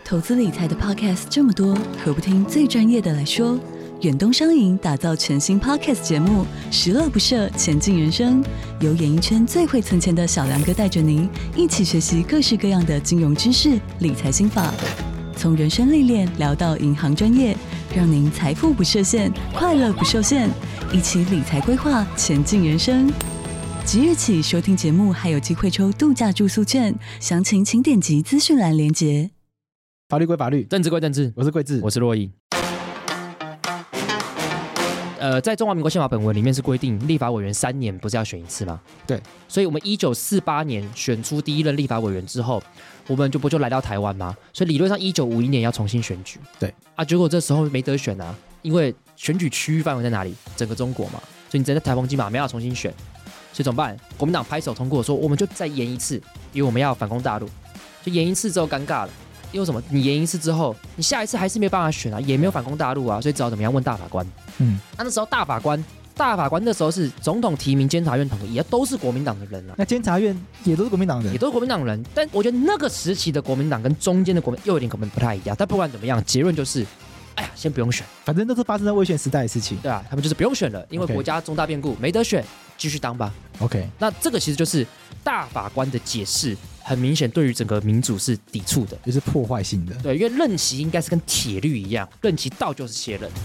投资理财的 podcast 这么多，何不听最专业的来说？远东商银打造全新 podcast 节目，十乐不设，前进人生，由演艺圈最会存钱的小梁哥带着您一起学习各式各样的金融知识、理财心法，从人生历练聊到银行专业，让您财富不设限，快乐不受限，一起理财规划，前进人生。即日起收听节目还有机会抽度假住宿券，详情请点击资讯栏连结。 法律归法律， 政治归政治， 我是桂智， 我是洛毅。在中华民国宪法本文里面是规定，立法委员3年不是要选一次吗？ 对， 所以我们1948年选出第一任立法委员之后，我们不就来到台湾吗？所以理论上1951年要重新选举。 对啊，结果这时候没得选啊，因为选举区域范围在哪里？整个中国嘛，所以你只能在台风金马没要重新选，所以怎么办？国民党拍手通过说，我们就再延一次，因为我们要反攻大陆，就延一次之后尴尬了。因为什么？你延一次之后，你下一次还是没办法选啊，也没有反攻大陆啊，所以只好怎么样？问大法官。那时候大法官那时候是总统提名，监察院统一，都是国民党的人啊。 那监察院也都是国民党人， 也都是国民党人。但我觉得那个时期的国民党跟中间的国民又有点可能不太一样。但不管怎么样，结论就是，哎呀，先不用选， 反正都是发生在威权时代的事情。 对啊，他们就是不用选了，因为国家重大变故，没得选，继续当吧。 OK， 那这个其实就是大法官的解释。很明显，对于整个民主是抵触的， 就是破坏性的。 对，因为任期应该是跟铁律一样，任期到就是卸任。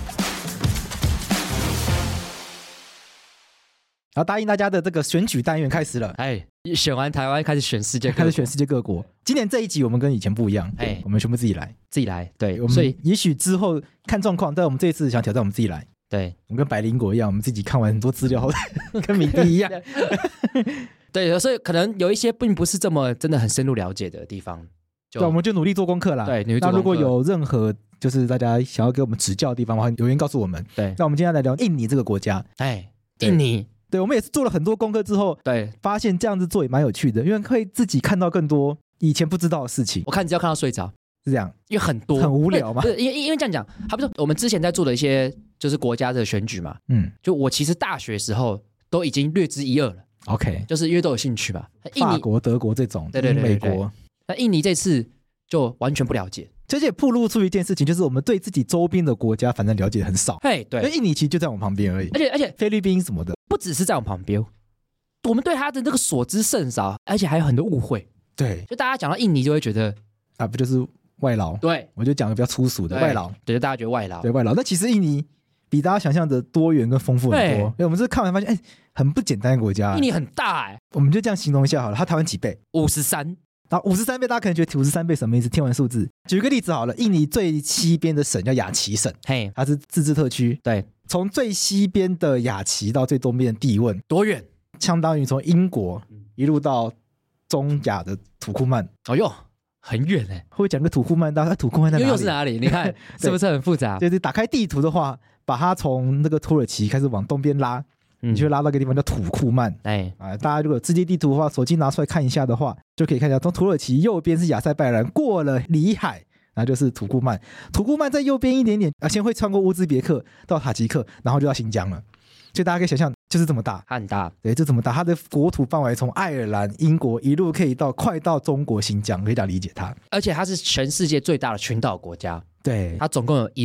然后答应大家的这个选举单元开始了， 哎，选完台湾开始选世界各国， 开始选世界各国。今年这一集我们跟以前不一样，我们全部自己来，对， 所以也许之后看状况，但我们这一次想挑战我们自己来。 对， 我们跟百灵果一样，我们自己看完很多资料后，跟敏迪一样。 对，所以可能有一些并不是这么真的很深入了解的地方， 对，我们就努力做功课啦。 对，努力做功课。 那如果有任何就是大家想要给我们指教的地方的话，留言告诉我们。 对， 那我们今天来聊印尼这个国家。 哎，印尼， 对，我们也是做了很多功课之后，对，发现这样子做也蛮有趣的，因为可以自己看到更多以前不知道的事情。 我看只要看到睡着。 是这样， 因为很多很无聊嘛。 不是，因为这样讲，他不是我们之前在做的一些就是国家的选举嘛，就我其实大学时候都已经略知一二了。 OK， 就是因为都有兴趣吧。 法国、德国这种，对，美国。 那印尼这次就完全不了解， 这也暴露出一件事情，就是我们对自己周边的国家反正了解很少。 对，因为印尼其实就在我们旁边而已， 而且菲律宾什么的， 不只是在我们旁边，我们对他的那个所知甚少，而且还有很多误会。 对， 就大家讲到印尼就会觉得啊，不就是外劳？ 对， 我就讲个比较粗俗的外劳， 对，大家觉得外劳， 对外劳。那其实印尼比大家想象的多元跟丰富很多。因为我们是看完发现，哎，很不简单的国家。 印尼很大我们就这样形容一下好了。它台湾几倍 ？53。 然后53倍，大家可能觉得53倍什么意思？天文数字。举个例子好了，印尼最西边的省叫雅琪省，它是自治特区。 对， 从最西边的雅琪到最东边的地汶， 多远？ 相当于从英国一路到中亚的土库曼。 哦哟。很远会不会讲个土库曼到土库曼在哪里？ 又是哪里？你看是不是很复杂？ 就是打开地图的话，把它从那个土耳其开始往东边拉，你就拉到一个地方叫土库曼。大家如果有世界地图的话，手机拿出来看一下的话，就可以看一下，从土耳其右边是亚塞拜然，过了里海，然后就是土库曼。土库曼在右边一点点，先会穿过乌兹别克到塔吉克，然后就到新疆了。所以大家可以想象，就是这么大， 它很大， 对，就这么大。它的国土范围从爱尔兰、英国一路可以快到中国新疆，可以这样理解它。 而且它是全世界最大的群岛国家， 对， 它总共有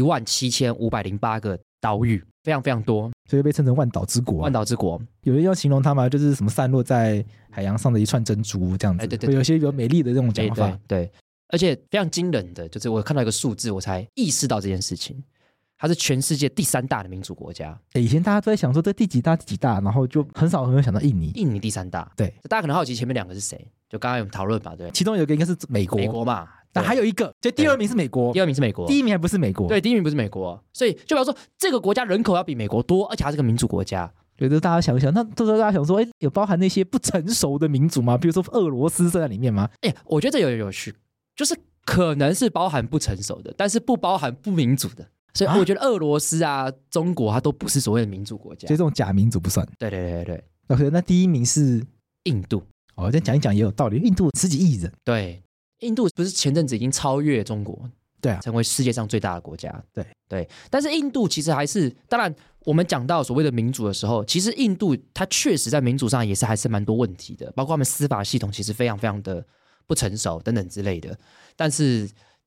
17508个岛屿，非常非常多， 所以被称成万岛之国。 万岛之国， 有人要形容它吗？就是什么散落在海洋上的一串珍珠这样子，对，有些比较美丽的这种讲法。 对，而且非常惊人的，就是我看到一个数字，我才意识到这件事情。它是全世界第3大的民主国家。 以前大家都在想说这第几大，然后就很少想到印尼。 印尼第3大， 对， 大家可能好奇前面2个是谁？就刚刚有讨论嘛，对， 其中有一个应该是美国嘛， 但还有一个，就第2名是美国， 第2名是美国， 第1名还不是美国， 对，第1名不是美国，所以就比方说这个国家人口要比美国多，而且它是个民主国家。 觉得大家想一想，那这时候大家想说，有包含那些不成熟的民主吗？比如说俄罗斯在里面吗？ 我觉得这有趣，就是可能是包含不成熟的，但是不包含不民主的。所以我觉得俄罗斯啊、中国它都不是所谓的民主国家， 所以这种假民主不算。 对。 OK， 那第1名是印度。 这样讲一讲也有道理。印度10几亿人， 对，印度不是前阵子已经超越中国， 对啊， 成为世界上最大的国家。 对， 但是印度其实还是，当然我们讲到所谓的民主的时候，其实印度它确实在民主上也是还是蛮多问题的，包括他们司法系统其实非常非常的不成熟等等之类的。但是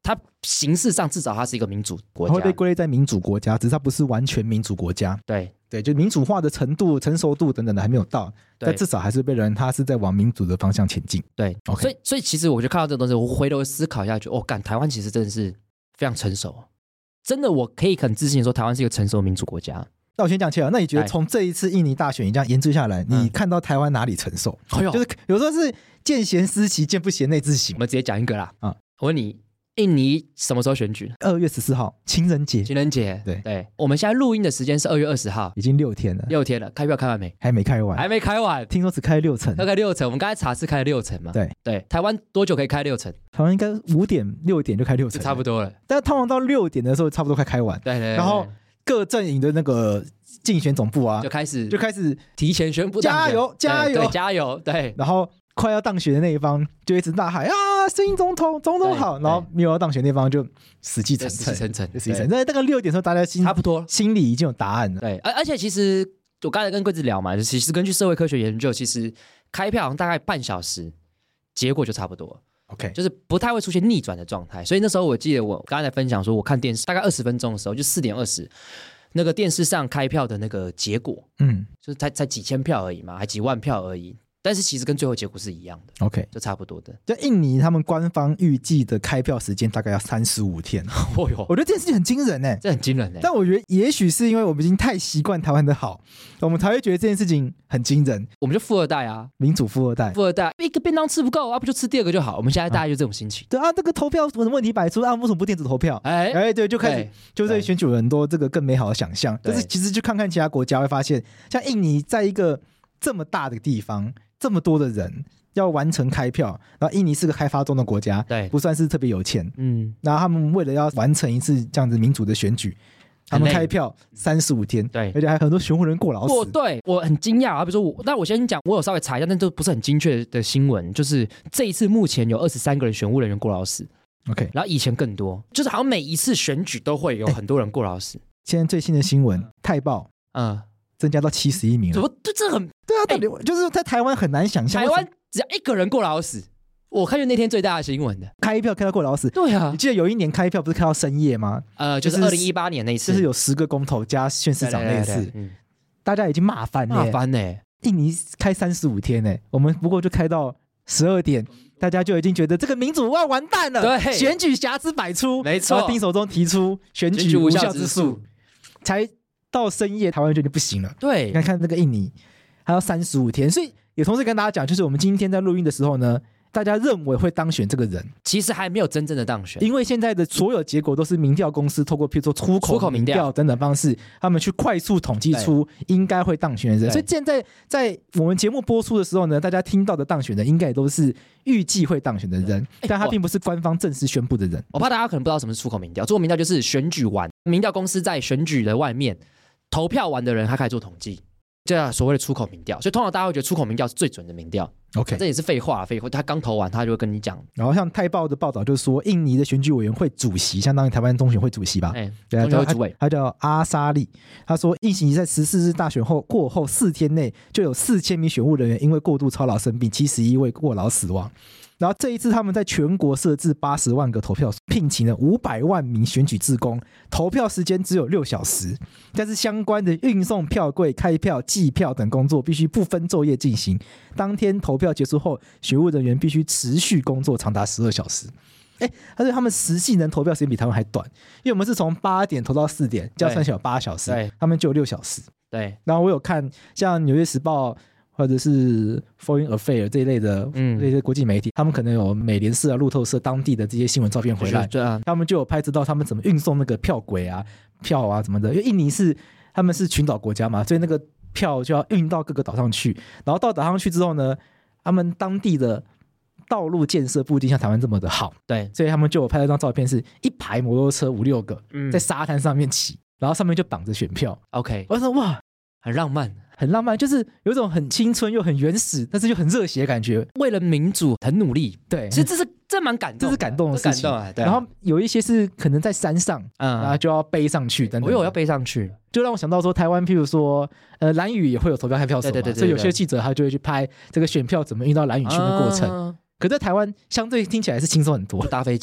它形式上至少它是一个民主国家， 会被归类在民主国家，只是它不是完全民主国家。 对对，就民主化的程度、成熟度等等的还没有到，但至少还是被人他是在往民主的方向前进。 对， OK， 所以其实我就看到这个东西，我回头思考一下，就干台湾其实真的是非常成熟，真的我可以很自信说台湾是一个成熟的民主国家。 那我先讲起来，那你觉得从这一次印尼大选你这样研究下来，你看到台湾哪里成熟？就是有时候是见贤思齐，见不贤内自省。 我们直接讲一个啦，我问你，印尼什么时候选举 ？2月14号，情人节。 情人节，对，我们现在录音的时间是2月20号， 已经6天了。 6天了，开票开完没？ 还没开完， 还没开完。 听说只开6成， 要开6成。我们刚才查是开了6成嘛？ 对， 台湾多久可以开6成？ 台湾应该5点6点就开6成， 差不多了。 但通常到6点的时候，差不多快开完。 对， 然后各阵营的那个竞选总部啊， 就开始提前宣布加油， 对， 然后快要当选的那一方就一直大喊啊，新总统好，然后没有要当选那方就死气沉沉。那大概6点的时候，大家差不多心里已经有答案了。 对，而且其实我刚才跟贵子聊嘛，其实根据社会科学研究，其实开票好像大概半小时，结果就差不多。 OK， 就是不太会出现逆转的状态。所以那时候我记得我刚才分享说，我看电视大概20分钟的时候，就4点20，那个电视上开票的那个结果，就是才几千票而已嘛，还几万票而已。但是其实跟最后结果是一样的 ，OK， 就差不多的。 就印尼他们官方预计的开票时间大概要35天，我觉得这件事情很惊人这很惊人但我觉得也许是因为我们已经太习惯台湾的好，我们才会觉得这件事情很惊人。 我们就富二代啊， 民主富二代， 一个便当吃不够啊，不就吃第二个就好。我们现在大概就这种心情。 对啊，这个投票什么问题摆出啊，为什么不电子投票？对，就开始就对选举有很多这个更美好的想象。但是其实去看看其他国家，会发现像印尼在一个这么大的地方。这么多的人要完成开票，然后印尼是个开发中的国家，不算是特别有钱，然后他们为了要完成一次这样子民主的选举，他们开票35天，而且还很多选务人过劳死。 对，我很惊讶啊！比如说但我先讲，我有稍微查一下，但都不是很精确的新闻。就是这一次目前有23个人选务人员过劳死 ，OK， 然后以前更多，就是好像每一次选举都会有很多人过劳死。 现在最新的新闻，泰报，增加到71名了。 怎么？这很对啊，到底就是在台湾很难想象， 台湾只要1个人过劳死，我看就那天最大的新闻的， 开票开到过劳死。 对啊， 你记得有一年开票不是开到深夜吗？ 就是2018年那一次， 就是有10个公投加县市长那一次，大家已经骂翻了。印尼开35天呢，我们不过就开到12点。大家就已经觉得这个民主要完蛋了，选举瑕疵百出， 没错， 丁守中提出选举无效之诉，才到深夜，台湾就已经不行了。 对， 你看那个印尼还要35天，所以也同时跟大家讲，就是我们今天在录音的时候呢，大家认为会当选这个人， 其实还没有真正的当选， 因为现在的所有结果都是民调公司透过譬如说出口民调等等方式，他们去快速统计出应该会当选的人。所以现在在我们节目播出的时候呢，大家听到的当选人应该也都是预计会当选的人，但他并不是官方正式宣布的人。 我怕大家可能不知道什么是出口民调，出口民调就是选举完，民调公司在选举的外面投票完的人，他开始做统计，这叫所谓的出口民调。所以通常大家会觉得出口民调是最准的民调。 OK， 这也是废话，他刚投完，他就会跟你讲。 然后像泰报的报道就是说，印尼的选举委员会主席，相当于台湾中选会主席吧， 中选会主委， 他叫阿沙利。他说，印尼在14日大选过后4天内，就有4000名选务人员因为过度操劳生病，71位过劳死亡。然后这一次他们在全国设置80万个投票所，聘请了500万名选举志工，投票时间只有6小时，但是相关的运送票柜、开票、计票等工作必须不分昼夜进行。当天投票结束后，选务人员必须持续工作长达12小时。他说他们实际能投票时间比台湾还短，因为我们是从8点投到4点，这样算起来有8小时，他们就有6小时。 对， 然后我有看像《纽约时报》或者是 Foreign Affairs 这一类的这些国际媒体，他们可能有美联社啊、路透社当地的这些新闻照片回来，他们就有拍到他们怎么运送那个票轨啊、票啊什么的。因为印尼他们是群岛国家嘛，所以那个票就要运到各个岛上去，然后到岛上去之后呢，他们当地的道路建设不一定像台湾这么的好， 对， 所以他们就有拍了张照片，是一排摩托车5-6个在沙滩上面骑，然后上面就绑着选票。 OK， 我说哇， 很浪漫。 很浪漫，就是有一种很青春又很原始，但是又很热血的感觉。 为了民主很努力， 对， 其实这蛮感动的， 这是感动的事情。 对， 然后有一些是可能在山上，然后就要背上去等等。 我要背上去， 就让我想到说，台湾譬如说，兰屿也会有投票开票所嘛，对，所以有些记者他就会去拍这个选票怎么运到兰屿去的过程。可在台湾相对听起来是轻松很多， 搭飞机。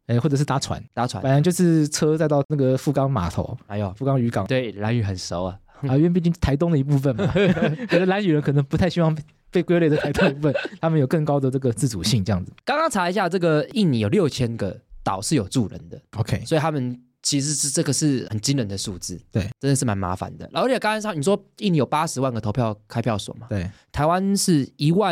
或者是搭船， 反正就是车再到那个富冈码头，富冈渔港。 对，兰屿很熟啊， 因为毕竟台东的一部分嘛，可能兰屿人可能不太希望被归类的台东一部分，他们有更高的这个自主性这样子。 刚刚查一下，这个印尼有6000个岛是有住人的 ，OK， 所以他们其实这个是很惊人的数字， 对， 真的是蛮麻烦的。而且刚才你说印尼有80万个开票所嘛， 对，台湾是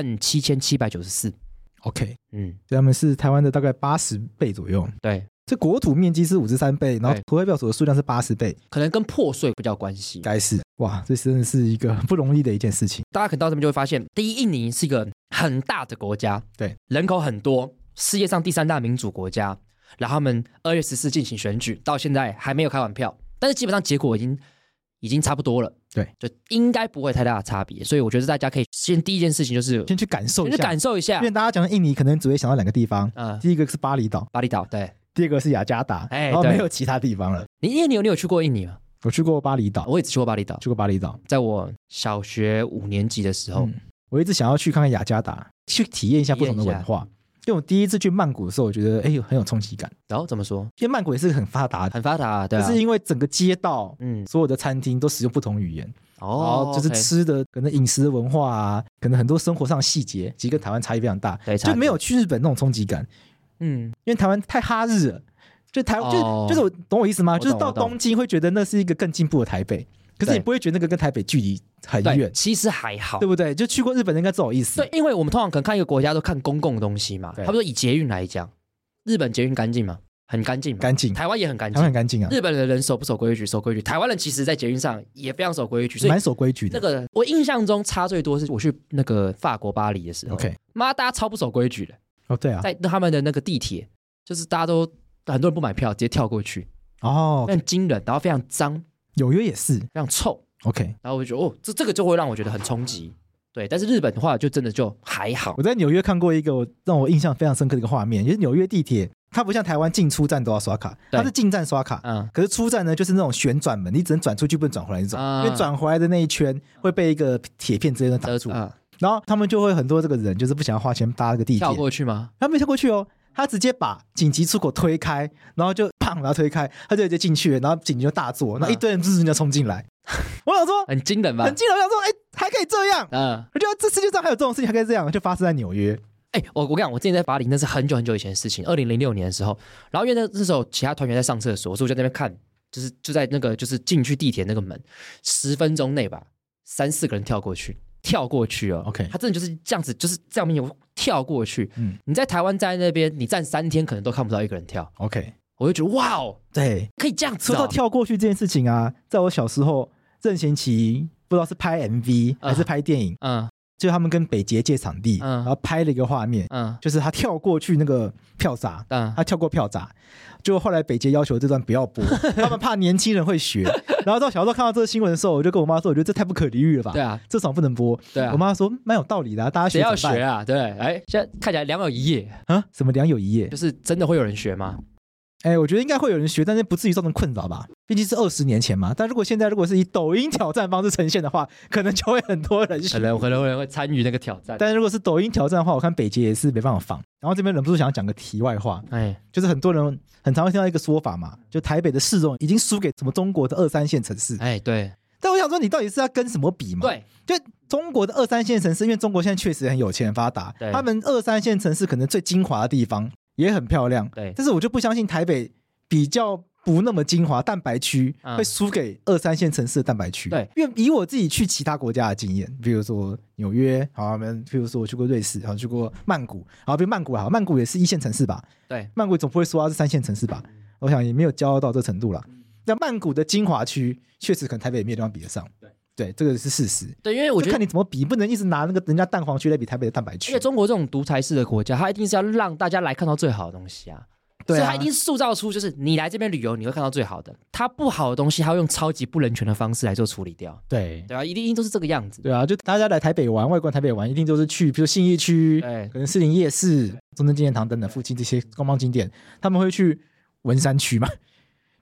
17794。 OK， 所以他们是台湾的大概80倍左右。 对， 这国土面积是53倍，然后投开票所的数量是80倍， 可能跟破碎比较关系。 该是哇，这真的是一个不容易的一件事情。 大家可能到这边就会发现，第一，印尼是一个很大的国家， 对， 人口很多，世界上第3大民主国家。然后他们2月14进行选举，到现在还没有开完票，但是基本上结果已经差不多了。 对， 就应该不会太大的差别，所以我觉得大家可以第一件事情就是先去感受一下，因为大家讲印尼可能只会想到2个地方，第一个是巴厘岛，对，第二个是雅加达，然后没有其他地方了。 你有去过印尼吗？ 我去过巴厘岛， 我也只去过巴厘岛，在我小学5年级的时候， 我一直想要去看看雅加达，去体验一下不同的文化。因为我第一次去曼谷的时候，我觉得很有冲击感。 然后怎么说？ 因为曼谷也是很发达， 对啊， 就是因为整个街道，所有的餐厅都使用不同语言，然后就是吃的可能饮食的文化啊，可能很多生活上的细节，其实跟台湾差异非常大，就没有去日本那种冲击感。因为台湾太哈日了，就是我懂我意思吗？就是到东京会觉得那是一个更进步的台北。可是你不会觉得那个跟台北距离很远， 其实还好， 对不对？就去过日本应该知道我意思。 对，因为我们通常可能看一个国家都看公共的东西嘛。他们说以捷运来讲，日本捷运干净吗？很干净， 干净。 台湾也很干净， 台湾很干净啊。 日本的人守不守规矩？守规矩。台湾人其实在捷运上也非常守规矩，所以蛮守规矩的。 那个我印象中差最多是我去那个法国巴黎的时候，妈，大家超不守规矩的。 哦，对啊， 在他们的那个地铁，就是大家都很多人不买票，直接跳过去。非常惊人，然后非常脏。 纽约也是非常臭。 OK， 然后我就觉得这个就会让我觉得很冲击，对。但是日本的话就真的就还好。 我在纽约看过一个让我印象非常深刻的一个画面，就是纽约地铁，它不像台湾进出站都要刷卡，它是进站刷卡，可是出站呢就是那种旋转门，你只能转出去不能转回来那种，因为转回来的那一圈会被一个铁片直接挡住，然后他们就会很多这个人就是不想要花钱搭那个地铁， 跳过去吗？ 他没跳过去哦。他直接把紧急出口推开，然后就砰，然后推开，他就直接进去了，然后紧急就大作，然后一堆人就冲进来。我想说， 很惊人吧？ 很惊人。我想说，还可以这样。我觉得这世界上还有这种事情还可以这样，就发生在纽约。 我跟你讲，我之前在巴黎，那是很久很久以前的事情，2006年的时候。然后因为那时候其他团员在上厕所，所以我就在那边看，就在那个就是进去地铁那个门，10分钟内吧，3-4个人跳过去哦 ，OK， 他真的就是这样子，就是在我面前跳过去。你在台湾站在那边，你站3天可能都看不到一个人跳。 OK， 我就觉得哇哦， 对， 可以这样子。 说到跳过去这件事情啊，在我小时候，任贤齐不知道是拍 MV 还是拍电影，就他们跟北捷借场地，然后拍了一个画面，就是他跳过去那个票闸，他跳过票闸，就后来北捷要求这段不要播，他们怕年轻人会学。然后到小时候看到这个新闻的时候，我就跟我妈说，我觉得这太不可理喻了吧？ 对啊， 这场不能播。对啊，我妈说蛮有道理的，大家学谁要学啊？对，现在看起来良有一夜啊？什么良有一夜？ 就是真的会有人学吗？ 我觉得应该会有人学，但是不至于造成困扰吧？毕竟是20年前嘛。但如果现在是以抖音挑战方式呈现的话，可能就会很多人学， 可能会参与那个挑战。 但是如果是抖音挑战的话，我看北捷也是没办法放。然后这边忍不住想要讲个题外话，就是很多人很常会听到一个说法嘛，就台北的市容已经输给什么中国的2、3线城市。 对。 但我想说，你到底是要跟什么比嘛？ 对， 就中国的2、3线城市，因为中国现在确实很有钱、很发达，他们2、3线城市可能最精华的地方也很漂亮。 对， 但是我就不相信台北比较不那么精华蛋白区会输给2、3线城市的蛋白区。 对， 因为以我自己去其他国家的经验，比如说纽约，好，比如说我去过瑞士，好，去过曼谷，好，比如曼谷好，曼谷也是1线城市吧？ 对， 曼谷总不会说它是3线城市吧？我想也没有骄傲到这程度啦。那曼谷的精华区确实可能台北也没有地方比得上。对，这个是事实。 对，因为我觉得看你怎么比，不能一直拿那个人家蛋黄区来比台北的蛋白区。 因为中国这种独裁式的国家，它一定是要让大家来看到最好的东西啊。对啊，所以它一定是塑造出就是你来这边旅游你会看到最好的，它不好的东西它会用超级不人权的方式来做处理掉。 对啊，一定都是这个样子。 对啊，就大家来台北玩，外国台北玩，一定都是去比如信义区，可能士林夜市、中正纪念堂等等附近这些观光景点，他们会去文山区嘛？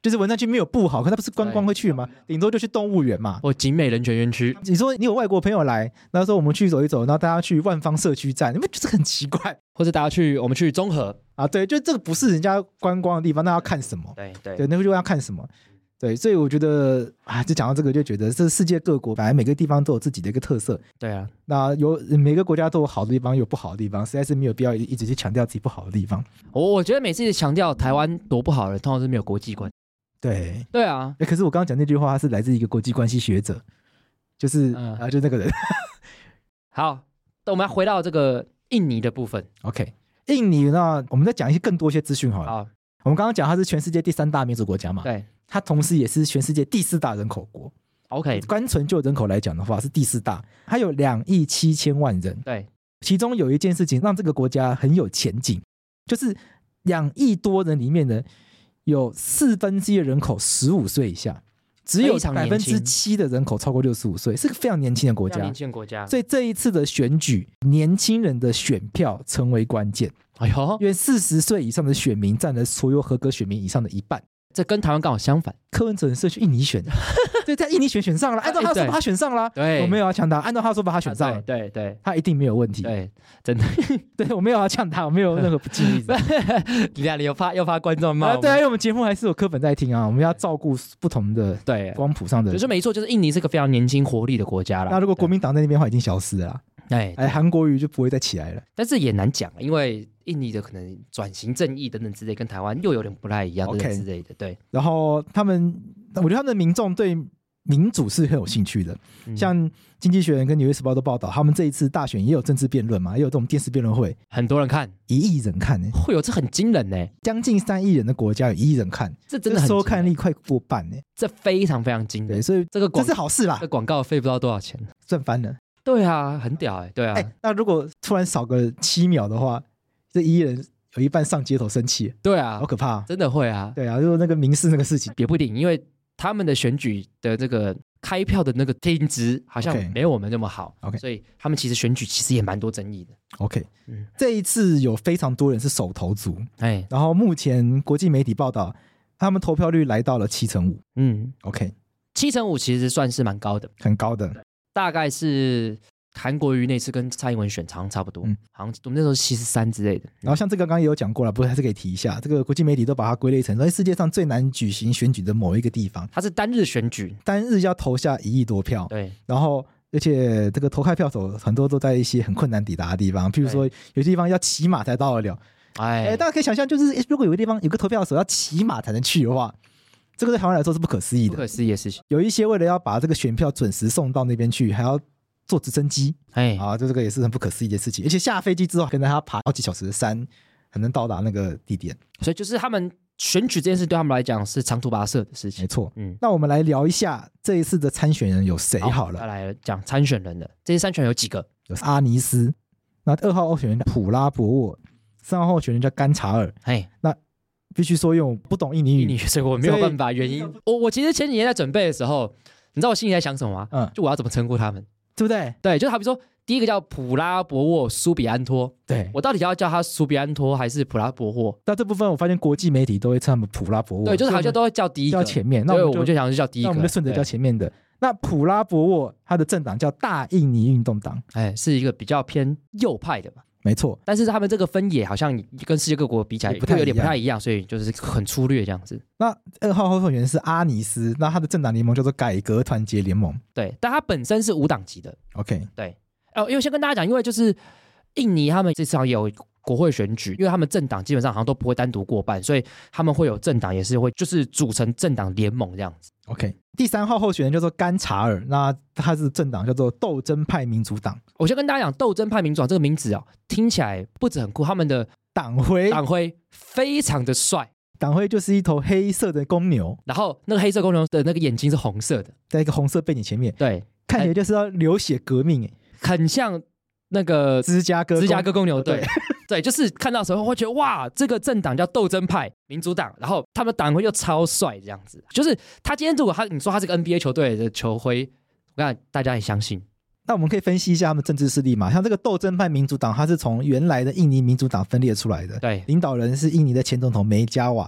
就是文山区没有不好，可它不是观光会去吗？顶多就去动物园嘛， 或景美人权园区。 你说你有外国朋友来，然后说我们去走一走，然后大家去万方社区站，你们觉得很奇怪？ 或者大家我们去中和啊，对，就这个不是人家观光的地方，那要看什么？对，那个就要看什么？对，所以我觉得啊，就讲到这个，就觉得这世界各国本来每个地方都有自己的一个特色。 对啊， 那每个国家都有好的地方，有不好的地方，实在是没有必要一直去强调自己不好的地方。 我觉得每次强调台湾多不好的人，通常是没有国际观。对啊， 可是我刚刚讲那句话，他是来自一个国际关系学者，就是就那个人。 好，那我们要回到这个印尼的部分。 OK， 印尼那我们再讲一些更多一些资讯好了。 好， 我们刚刚讲它是全世界第3大民主国家嘛， 对， 它同时也是全世界第4大人口国。 OK， 单纯就人口来讲的话是第4大，它有2亿7千万人。 对， 其中有一件事情让这个国家很有前景，就是2亿多人里面呢，有1/4的人口15岁以下，只有7%的人口超过65岁，是个非常年轻的国家。所以这一次的选举，年轻人的选票成为关键。 哎呦， 因为40岁以上的选民占了所有合格选民以上的1半。 这跟台湾刚好相反， 柯文哲很适合去印尼选，对，在印尼选上了，按照他的说法他选上了， 对， 我没有要呛他，按照他的说法他选上了， 对， 他一定没有问题， 对，真的， 对我没有要呛他，我没有任何不敬意思， 你又怕观众骂， 对，因为我们节目还是有柯粉在听啊，我们要照顾不同的光谱上的， 就是没错，就是印尼是个非常年轻活力的国家啦。 那如果国民党在那边的话，已经消失了啦，韩国瑜就不会再起来了， 但是也难讲，因为印尼的可能转型正义等等之类，跟台湾又有点不太一样，等等之类的。对， 然后我觉得他们的民众对民主是很有兴趣的，像经济学人跟纽约时报都报道，他们这一次大选也有政治辩论嘛，也有这种电视辩论会， 很多人看 ，1亿人看会有这很惊人将近3亿人的国家有1亿人看， 这真的很收看率快过半这非常非常惊人， 所以这是好事啦， 这广告费不知道多少钱， 赚翻了。 对啊，很屌对啊。 那如果突然少个7秒的话，这1亿人有1半上街头生气， 对啊， 好可怕， 真的会啊。 对啊，就是那个民事那个事情也不一定，因为他们的选举的这个开票的那个品质好像没有我们那么好，所以他们其实选举其实也蛮多争议的。 OK，这一次有非常多人是首投族，然后目前国际媒体报道，他们投票率来到了75%。OK， 75%其实算是蛮高的， 很高的。 大概是韩国瑜那次跟蔡英文选差不多，好像我们那时候73之类的。 然后像这个刚刚也有讲过了，不过还是可以提一下，这个国际媒体都把它归类成世界上最难举行选举的某一个地方。 它是单日选举， 单日要投下1亿多票。 对， 然后而且这个投开票手很多都在一些很困难抵达的地方，譬如说有些地方要骑马才到得了。大家可以想象，就是如果有个地方有个投票手要骑马才能去的话，这个对台湾来说是不可思议的， 不可思议的事情。 有一些为了要把这个选票准时送到那边去，还要坐直升机，这个也是很不可思议的事情。而且下飞机之后，可能还要爬好几小时的山，才能到达那个地点。 所以就是他们选举这件事对他们来讲是长途跋涉的事情。 没错，那我们来聊一下这一次的参选人有谁好了。 来讲参选人的这些参选人有几个？ 有阿尼斯，那2号候选人普拉博沃，3号候选人叫甘查尔。那必须说，因为我不懂印尼语， 所以我没有办法。原因，我其实前几年在准备的时候，你知道我心里在想什么吗？就我要怎么称呼他们， 对不对？ 对，就好比说，第一个叫普拉博沃苏比安托， 对， 我到底要叫他苏比安托还是普拉博沃？ 那这部分我发现国际媒体都会称他们普拉博沃， 对，就是好像都会叫第一个， 叫前面。那我们就想是叫第一个， 那我们就顺着叫前面的。那普拉博沃他的政党叫大印尼运动党， 是一个比较偏右派的嘛。 没错， 但是他们这个分野好像跟世界各国比起来有点不太一样，所以就是很粗略这样子。 那2号候选人是阿尼斯，那他的政党联盟叫做改革团结联盟， 对，但他本身是无党籍的。 OK， 对，因为先跟大家讲，因为就是印尼他们这次也有国会选举，因为他们政党基本上好像都不会单独过半，所以他们会有政党也是会就是组成政党联盟这样子。 OK， 第3号候选人叫做甘查尔，那他是政党叫做斗争派民主党。 我先跟大家讲，斗争派民主党这个名字听起来不止很酷，他们的党徽非常的帅， 党徽就是一头黑色的公牛， 然后那个黑色公牛的那个眼睛是红色的， 在一个红色背景前面， 对， 看起来就是要流血革命， 很像那个芝加哥公牛队。对，就是看到的时候会觉得哇，这个政党叫斗争派民主党，然后他们党徽又超帅这样子。就是他今天如果你说他是个 NBA 球队的球徽，我看大家也相信。 那我们可以分析一下他们政治势力嘛？像这个斗争派民主党，它是从原来的印尼民主党分裂出来的， 对， 领导人是印尼的前总统梅加瓦蒂。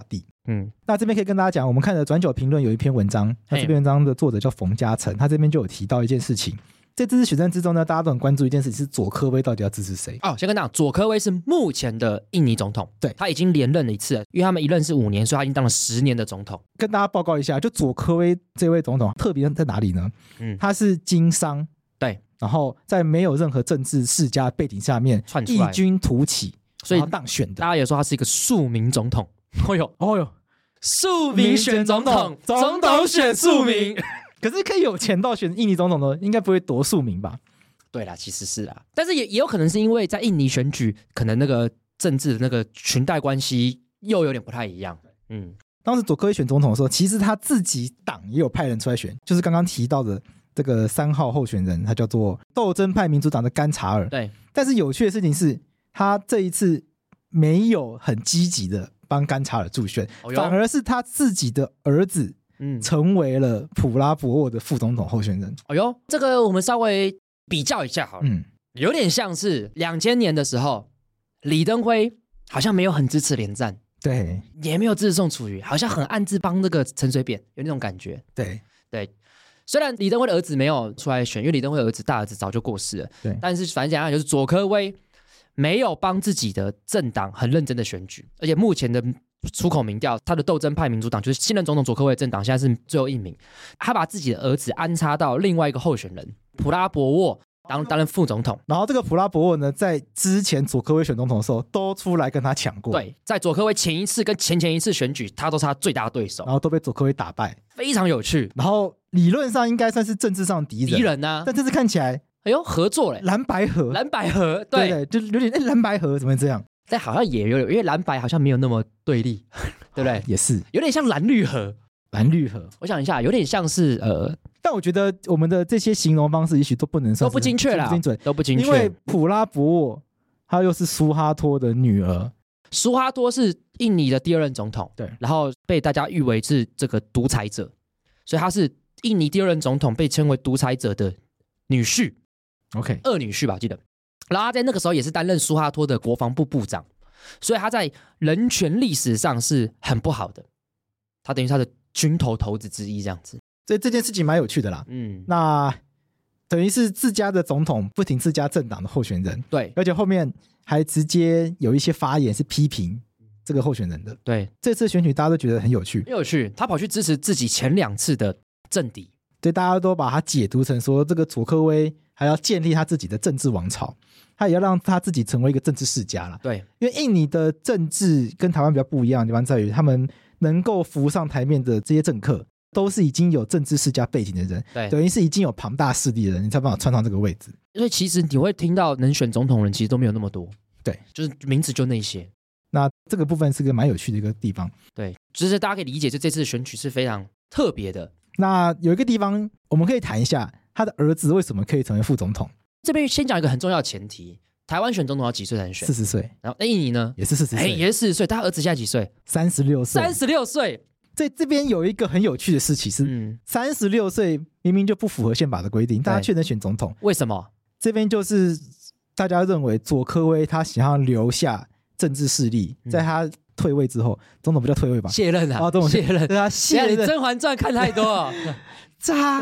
那这边可以跟大家讲，我们看的转角评论有一篇文章，那这篇文章的作者叫冯嘉诚，他这边就有提到一件事情，在这次选战之中呢，大家都很关注一件事情，是佐科威到底要支持谁？ 先跟大家讲，佐科威是目前的印尼总统， 对， 他已经连任了一次了，因为他们一任是5年，所以他已经当了10年的总统。 跟大家报告一下，就佐科威这位总统特别在哪里呢？他是经商， 对， 然后在没有任何政治世家背景下面异军突起，所以当选的。 大家也说他是一个庶民总统。哦呦，庶民选总统，总统选庶民。 可是可以有钱到选印尼总统的，应该不会多庶民吧？ 对啦，其实是啦，但是也有可能是因为在印尼选举，可能那个政治的那个裙带关系又有点不太一样。 当时佐科威选总统的时候，其实他自己党也有派人出来选，就是刚刚提到的这个3号候选人，他叫做斗争派民主党的甘查尔。 对， 但是有趣的事情是，他这一次没有很积极的帮甘查尔助选，反而是他自己的儿子成为了普拉博沃的副总统候选人。 这个我们稍微比较一下好了。有点像是2000年的时候，李登辉好像没有很支持连战， 对， 也没有支持宋楚瑜，好像很暗自帮那个陈水扁，有那种感觉。 对， 虽然李登辉的儿子没有出来选，因为李登辉的大儿子早就过世了， 对， 但是反正讲就是佐科威没有帮自己的政党很认真的选举，而且目前的出口民调，他的斗争派民主党就是现任总统佐科威的政党，现在是最后1名，他把自己的儿子安插到另外一个候选人普拉博沃担任副总统。 然后这个普拉博沃呢，在之前佐科威选总统的时候都出来跟他抢过。 对，在佐科威前一次跟前一次选举，他都是他最大的对手， 然后都被佐科威打败， 非常有趣。 然后理论上应该算是政治上敌人啊， 但这次看起来合作嘞， 蓝白合，对，就有点蓝白合怎么这样？ 但好像也有，因为蓝白好像没有那么对立，对不对？ 也是有点像蓝绿合。我想一下，有点像是但我觉得我们的这些形容方式也许都不能算， 都不精确啦，都不精确。 因为普拉博沃他又是苏哈托的女儿， 苏哈托是印尼的第2任总统， 对， 然后被大家誉为是这个独裁者，所以他是印尼第2任总统，被称为独裁者的女婿 ，OK， 二女婿吧，我记得。然后他在那个时候也是担任苏哈托的国防部部长，所以他在人权历史上是很不好的，他等于他的军头子之一这样子。 这件事情蛮有趣的啦。那等于是自家的总统不挺自家政党的候选人， 对， 而且后面还直接有一些发言是批评这个候选人的。 对， 这次选举大家都觉得很有趣， 他跑去支持自己前2次的政敌， 对，大家都把他解读成说这个佐科威还要建立他自己的政治王朝，他也要让他自己成为一个政治世家啦。 对， 因为印尼的政治跟台湾比较不一样的地方在于，他们能够浮上台面的这些政客都是已经有政治世家背景的人， 对， 等于是已经有庞大势力的人，你才办法穿上这个位置。 所以其实你会听到能选总统的人其实都没有那么多， 对， 就是名字就那些。 那这个部分是个蛮有趣的一个地方， 对，就是大家可以理解，就这次的选举是非常特别的。 那有一个地方我们可以谈一下，他的儿子为什么可以成为副总统？ 这边先讲一个很重要的前提，台湾选总统要几岁才能选 ？40岁。 然后印尼呢？ 也是40岁， 也是40岁。他儿子现在几岁 ？36岁。 36岁。 这边有一个很有趣的事情是，36岁明明就不符合宪法的规定，大家却能选总统， 为什么？ 这边就是大家认为佐科威他想要留下政治势力，在他退位之后，总统不叫退位吧？ 卸任啊！卸任， 对啊，卸任。 你《甄嬛传》看太多了， 渣。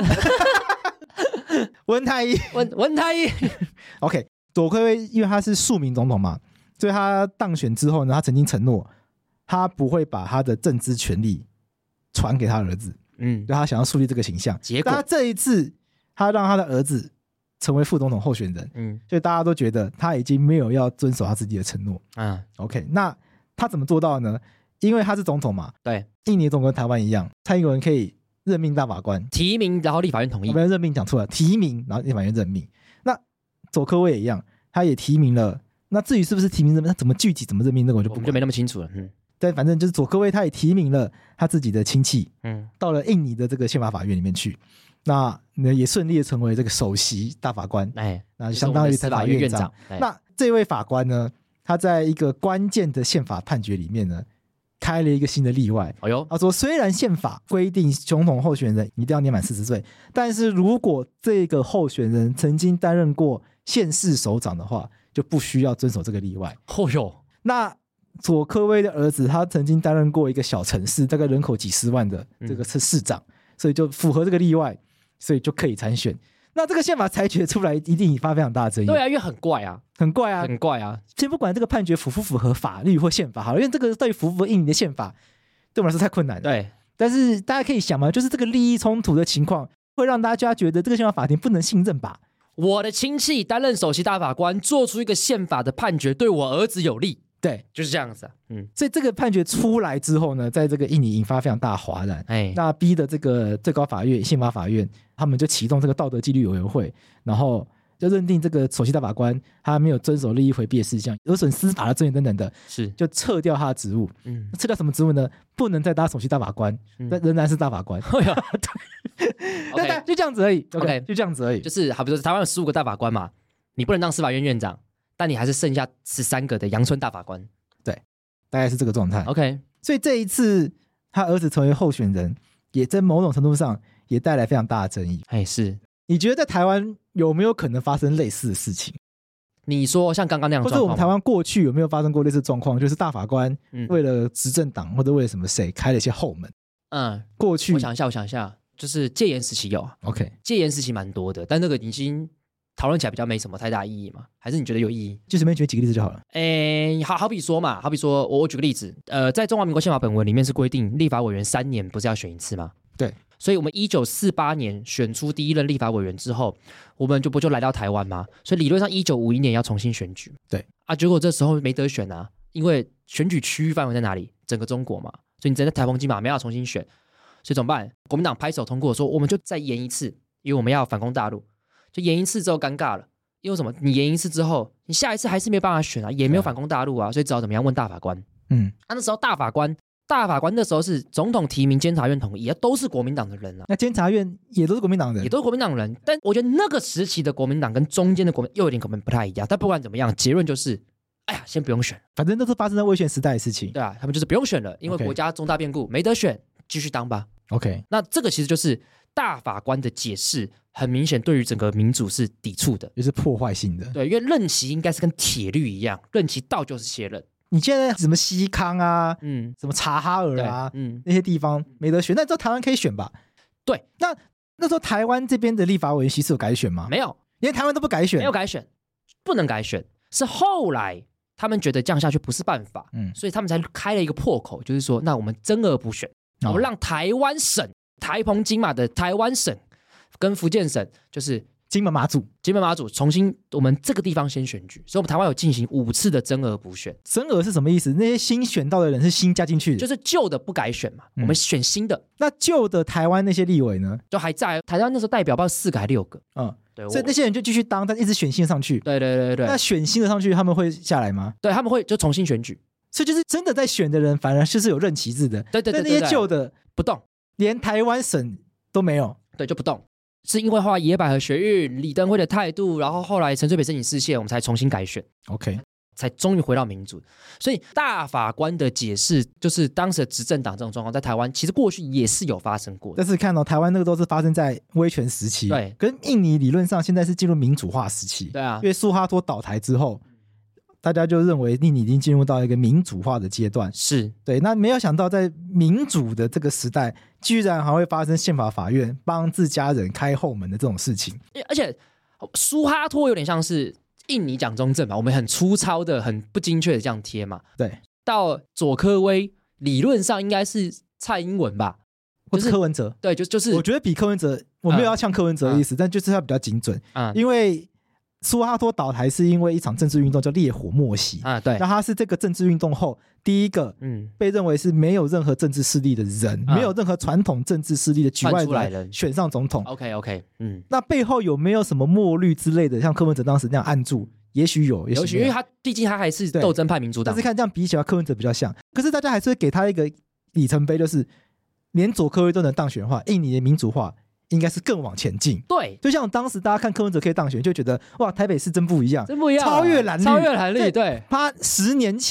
文太医，OK， 佐科威因为他是庶民总统嘛，所以他当选之后呢，他曾经承诺，他不会把他的政治权力传给他儿子，所以他想要树立这个形象。 结果他这一次，他让他的儿子成为副总统候选人，所以大家都觉得他已经没有要遵守他自己的承诺。OK， 那他怎么做到呢？因为他是总统嘛， 对， 印尼总统跟台湾一样，蔡英文可以任命大法官， 提名，然后立法院同意。 不要任命讲错了，提名，然后立法院任命。那佐科威也一样，他也提名了。那至于是不是提名任命，他怎么具体怎么任命，那个我就没那么清楚了。 但反正就是佐科威他也提名了他自己的亲戚，到了印尼的这个宪法法院里面去。那也顺利的成为这个首席大法官，那相当于司法院院长。那这位法官呢，他在一个关键的宪法判决里面呢，开了一个新的例外。他说，虽然宪法规定总统候选人一定要年满40岁，但是如果这个候选人曾经担任过县市首长的话，就不需要遵守这个例外。 那佐科威的儿子他曾经担任过一个小城市大概人口几十万的这个是市长，所以就符合这个例外，所以就可以参选。那这个宪法裁决出来一定引发非常大的争议。 对啊，因为很怪啊， 很怪啊， 很怪啊。 先不管这个判决符不符合法律或宪法好了，因为这个到底符不符合印尼的宪法对我们来说太困难了。 对， 但是大家可以想嘛，就是这个利益冲突的情况会让大家觉得这个宪法法庭不能信任吧。 我的亲戚担任首席大法官，做出一个宪法的判决对我儿子有利， 对， 就是这样子所以这个判决出来之后呢，在这个印尼引发非常大的哗然，那逼的这个最高法院宪法法院他们就启动这个道德纪律委员会，然后就认定这个首席大法官他没有遵守利益回避的事项，有损司法的尊严等等的， 是就撤掉他的职务。撤掉什么职务呢？不能再当首席大法官，但仍然是大法官。对，就这样子而已。OK， 就这样子而已。 就是好比说台湾有15个大法官嘛，你不能当司法院院长，但你还是剩下13个的阳春大法官。 对，大概是这个状态。 OK， 所以这一次他儿子成为候选人，也在某种程度上也带来非常大的争议。 是。 你觉得在台湾有没有可能发生类似的事情？ 你说像刚刚那样的状况， 或者我们台湾过去有没有发生过类似状况，就是大法官为了执政党或者为了什么谁开了一些后门？过去我想一下，就是戒严时期有啊。 OK， 戒严时期蛮多的，但那个已经讨论起来比较没什么太大意义嘛？还是你觉得有意义？ 就随便举几个例子就好了。 好比说我举个例子，在中华民国宪法本文里面是规定立法委员3年不是要选一次吗？ 对。 所以我们1948年选出第一任立法委员之后，我们不就来到台湾吗？所以理论上1951年要重新选举。 对啊，结果这时候没得选啊，因为选举区域范围在哪里？整个中国嘛，所以你只能在台澎金马没办法重新选，所以怎么办？国民党拍手通过说，我们就再延一次，因为我们要反攻大陆。就延一次之后尴尬了，因为什么？你延一次之后，你下一次还是没有办法选啊，也没有反攻大陆啊，所以只好怎么样？问大法官。那时候大法官那时候是总统提名，监察院统一，都是国民党的人啊。 那监察院也都是国民党人， 也都是国民党人。但我觉得那个时期的国民党跟中间的国民又有点可能不太一样。但不管怎么样，结论就是，哎呀，先不用选， 反正都是发生在威权时代的事情。 对啊，他们就是不用选了，因为国家重大变故，没得选，继续当吧。 OK， 那这个其实就是大法官的解释，很明显对于整个民主是抵触的， 也是破坏性的。 对，因为任期应该是跟铁律一样，任期到就是卸任。 你现在什么西康啊，什么察哈尔啊，那些地方没得选，那之后台湾可以选吧？ 对， 那时候台湾这边的立法委员席是有改选吗？ 没有， 连台湾都不改选， 没有改选，不能改选，是后来他们觉得这样下去不是办法，所以他们才开了一个破口，就是说，那我们增额补选，我们让台湾省、台澎金马的台湾省跟福建省，就是金门马祖重新，我们这个地方先选举，所以我们台湾有进行5次的增额补选。 增额是什么意思？那些新选到的人是新加进去的， 就是旧的不改选嘛，我们选新的。 那旧的台湾那些立委呢？ 就还在台湾那时候代表不知道4个还6个， 对，所以那些人就继续当，但一直选新的上去。 对。 那选新的上去，他们会下来吗？ 对，他们会就重新选举。 所以就是真的在选的人，反而就是有任期制的。 对， 但那些旧的不动， 连台湾省都没有。 对，就不动。是因为后来野百合学运、李登辉的态度，然后后来陈水扁申请释宪，我们才重新改选。 OK， 才终于回到民主。所以大法官的解释就是当时的执政党这种状况，在台湾其实过去也是有发生过的。 但是看到台湾那个都是发生在威权时期， 对， 跟印尼理论上现在是进入民主化时期。 对啊， 因为苏哈托倒台之后，大家就认为印尼已经进入到一个民主化的阶段。 是对，那没有想到在民主的这个时代，居然还会发生宪法法院帮自家人开后门的这种事情。 而且苏哈托有点像是印尼蒋中正吧，我们很粗糙的、很不精确的这样贴嘛。 对， 到佐科威理论上应该是蔡英文吧， 或者柯文哲。 对，就是我觉得比柯文哲，我没有要呛柯文哲的意思，但就是他比较精准。因为苏哈托倒台是因为一场政治运动叫烈火默袭对， 那他是这个政治运动后第一个被认为是没有任何政治势力的人，没有任何传统政治势力的局外人选上总统。 OK， 那背后有没有什么墨绿之类的，像柯文哲当时那样按住？也许有，因为他毕竟他还是斗争派民主党。 但是看这样比起来，柯文哲比较像。可是大家还是会给他一个里程碑，就是连佐科威都能当选的话，印尼的民主化应该是更往前进。 对， 就像当时大家看柯文哲可以当选，就觉得哇，台北市真不一样， 真不一样， 超越蓝绿， 对， 他10年前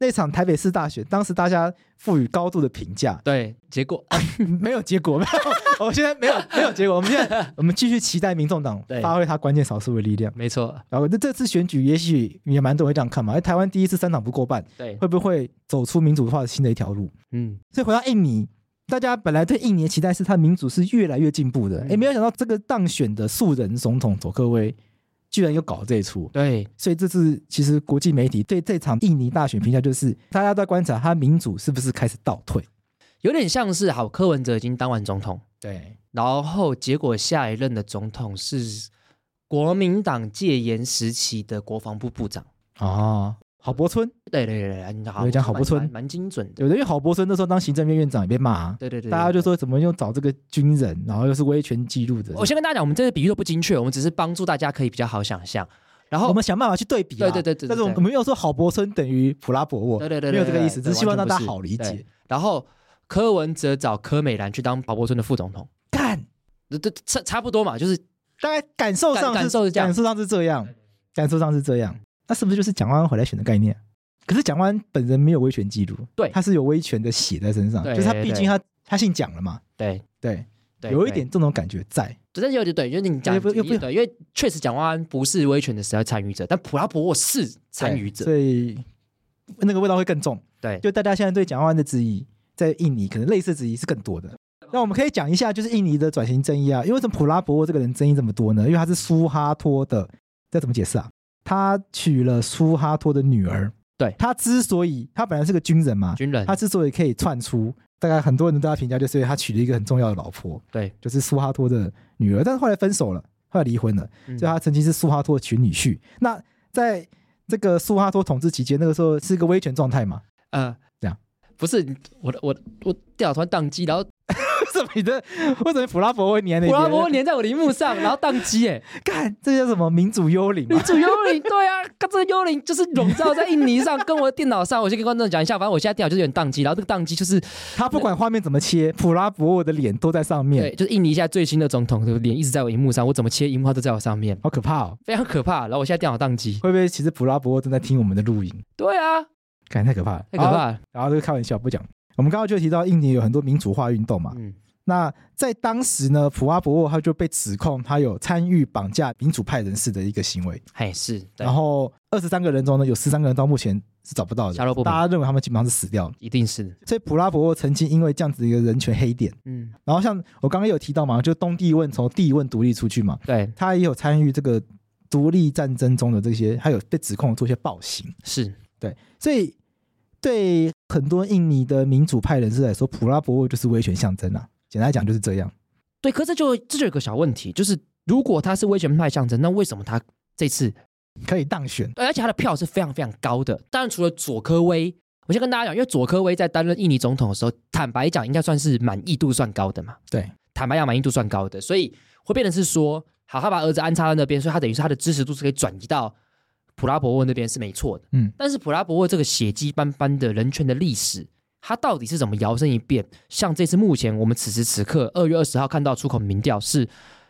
那场台北市大选，当时大家赋予高度的评价， 对，结果没有结果，没有，我现在没有结果，我们继续期待民众党发挥他关键少数的力量， 没错。 然后这次选举也许也蛮多人会这样看嘛，因为台湾第一次3党不过半， 对， 会不会走出民主化的新的一条路？所以回到印尼，大家本来对印尼的期待是它民主是越来越进步的，没有想到这个当选的素人总统佐科威居然又搞这一出， 对， 所以这次其实国际媒体对这场印尼大选评价就是大家都在观察他民主是不是开始倒退， 有点像是好柯文哲已经当完总统， 对， 然后结果下一任的总统是国民党戒严时期的国防部部长郝柏村，对， 我讲郝柏村蛮精准的， 对，因为郝柏村那时候当行政院院长也被骂， 对， 大家就说怎么又找这个军人，然后又是威权记录的。 我先跟大家讲，我们这些比喻都不精确，我们只是帮助大家可以比较好想象，然后我们想办法去对比，对，但是我们没有说郝柏村等于普拉博沃，对，没有这个意思，只是希望让大家好理解。 然后柯文哲找柯美兰去当郝柏村的副总统， 干， 差不多嘛，就是大概感受上是这样，那是不是就是蒋万安回来选的概念？可是蒋万安本人没有威权记录，对，他是有威权的血在身上，就是他毕竟他姓蒋了嘛，对，有一点这种感觉在， 真的有点对，就是你讲对，因为确实蒋万安不是威权的时代参与者，但普拉博沃是参与者， 所以那个味道会更重。对，就大家现在对蒋万安的质疑，在印尼可能类似质疑是更多的。那我们可以讲一下，就是印尼的转型争议啊，因为什么普拉博沃这个人争议这么多呢？因为他是苏哈托的，这怎么解释啊？他娶了苏哈托的女儿。对，他之所以他本来是个军人嘛，他之所以可以窜出，大概很多人对他评价就是因为他娶了一个很重要的老婆，对，就是苏哈托的女儿，但是后来分手了，后来离婚了，所以他曾经是苏哈托的群女婿。那在这个苏哈托统治期间，那个时候是一个威权状态嘛？这样不是我电脑突然宕机，然后为什么普拉博会粘那边？ 普拉博会粘在我的荧幕上，然后宕机干，这叫什么民主幽灵？ 民主幽灵，对啊，这个幽灵就是笼罩在印尼上，跟我的电脑上。我先跟观众讲一下，反正我现在电脑就是有点宕机，然后这个宕机就是他不管画面怎么切，普拉博沃的脸都在上面。 对，就是印尼现在最新的总统的脸一直在我荧幕上，我怎么切荧幕它都在我上面， 好可怕哦， 非常可怕。然后我现在电脑宕机， 会不会其实普拉博沃正在听我们的录音？ 对啊， 干，太可怕了， 太可怕了。 然后这个开玩笑不讲。我们刚刚就提到印尼有很多民主化运动嘛，那在当时呢，普拉博沃他就被指控他有参与绑架民主派人士的一个行为，是。然后23个人中呢，有13个人到目前是找不到的，大家认为他们基本上是死掉了， 一定是。 所以普拉博沃曾经因为这样子的一个人权黑点，然后像我刚刚有提到嘛，就东帝汶从帝汶独立出去嘛，对，他也有参与这个独立战争中的这些，他有被指控做一些暴行，是对，所以对很多印尼的民主派人士来说，普拉博沃就是威权象征啊。简单来讲就是这样。 对，可是这就有个小问题，就是如果他是威权派象征，那为什么他这次可以当选？ 而且他的票是非常非常高的。当然，除了佐科威，我先跟大家讲，因为佐科威在担任印尼总统的时候，坦白讲应该算是满意度算高的嘛。对，坦白讲满意度算高的，所以会变成是说，好，他把儿子安插在那边，所以他等于是他的支持度是可以转移到普拉博沃那边是没错的。但是普拉博沃这个血迹斑斑的人权的历史，它到底是怎么摇身一变？像这次目前我们此时此刻2月20号看到出口民调是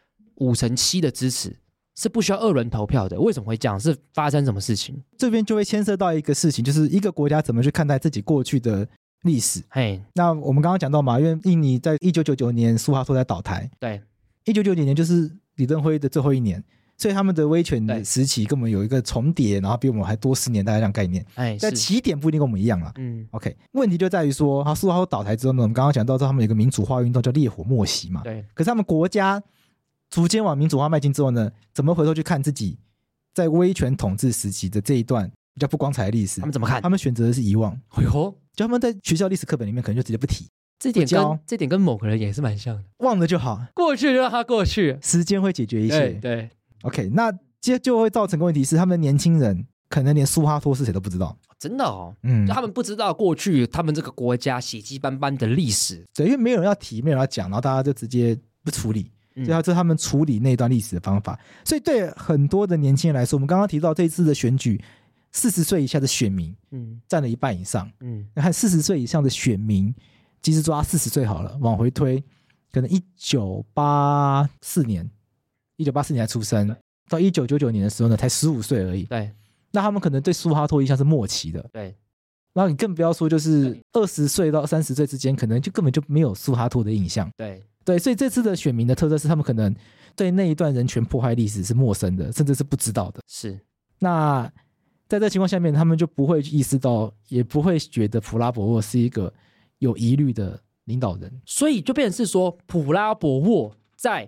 7%的支持，是不需要2轮投票的。为什么会这样？是发生什么事情？ 这边就会牵涉到一个事情，就是一个国家怎么去看待自己过去的历史。那我们刚刚讲到嘛，因为印尼在1999年苏哈托在倒台，对，1999年就是李登辉的最后一年。所以他们的威权的时期跟我们有一个重叠，然后比我们还多10年，大概这样概念。但起点不一定跟我们一样啦。OK， 问题就在于说，苏哈托倒台之后呢，我们刚刚讲到他们有一个民主化运动叫烈火莫熄嘛。对。可是他们国家逐渐往民主化迈进之后呢，怎么回头去看自己在威权统治时期的这一段比较不光彩的历史？他们怎么看？ 他们选择的是遗忘。就他们在学校历史课本里面可能就直接不提。这点跟某个人也是蛮像的。 忘了就好， 过去就让它过去， 时间会解决一切。 对。 OK， 那就会造成个问题是，他们的年轻人可能连苏哈托是谁都不知道。 真的哦，就他们不知道过去他们这个国家血迹斑斑的历史。 对，因为没有人要提，没有人要讲，然后大家就直接不处理，这是他们处理那段历史的方法。所以对很多的年轻人来说，我们刚刚提到这一次的选举，40岁以下的选民，占了一半以上。你看40岁以上的选民，即使抓40岁好了，往回推，可能1984年才出生，到1999年的时候呢，才15岁而已。对，那他们可能对苏哈托印象是末期的。对， 然后你更不要说就是20岁到30岁之间，可能就根本就没有苏哈托的印象。对，所以这次的选民的特色是他们可能对那一段人权迫害历史是陌生的，甚至是不知道的。 是， 那在这情况下面，他们就不会意识到，也不会觉得普拉博沃是一个有疑虑的领导人。 所以就变成是说，普拉博沃在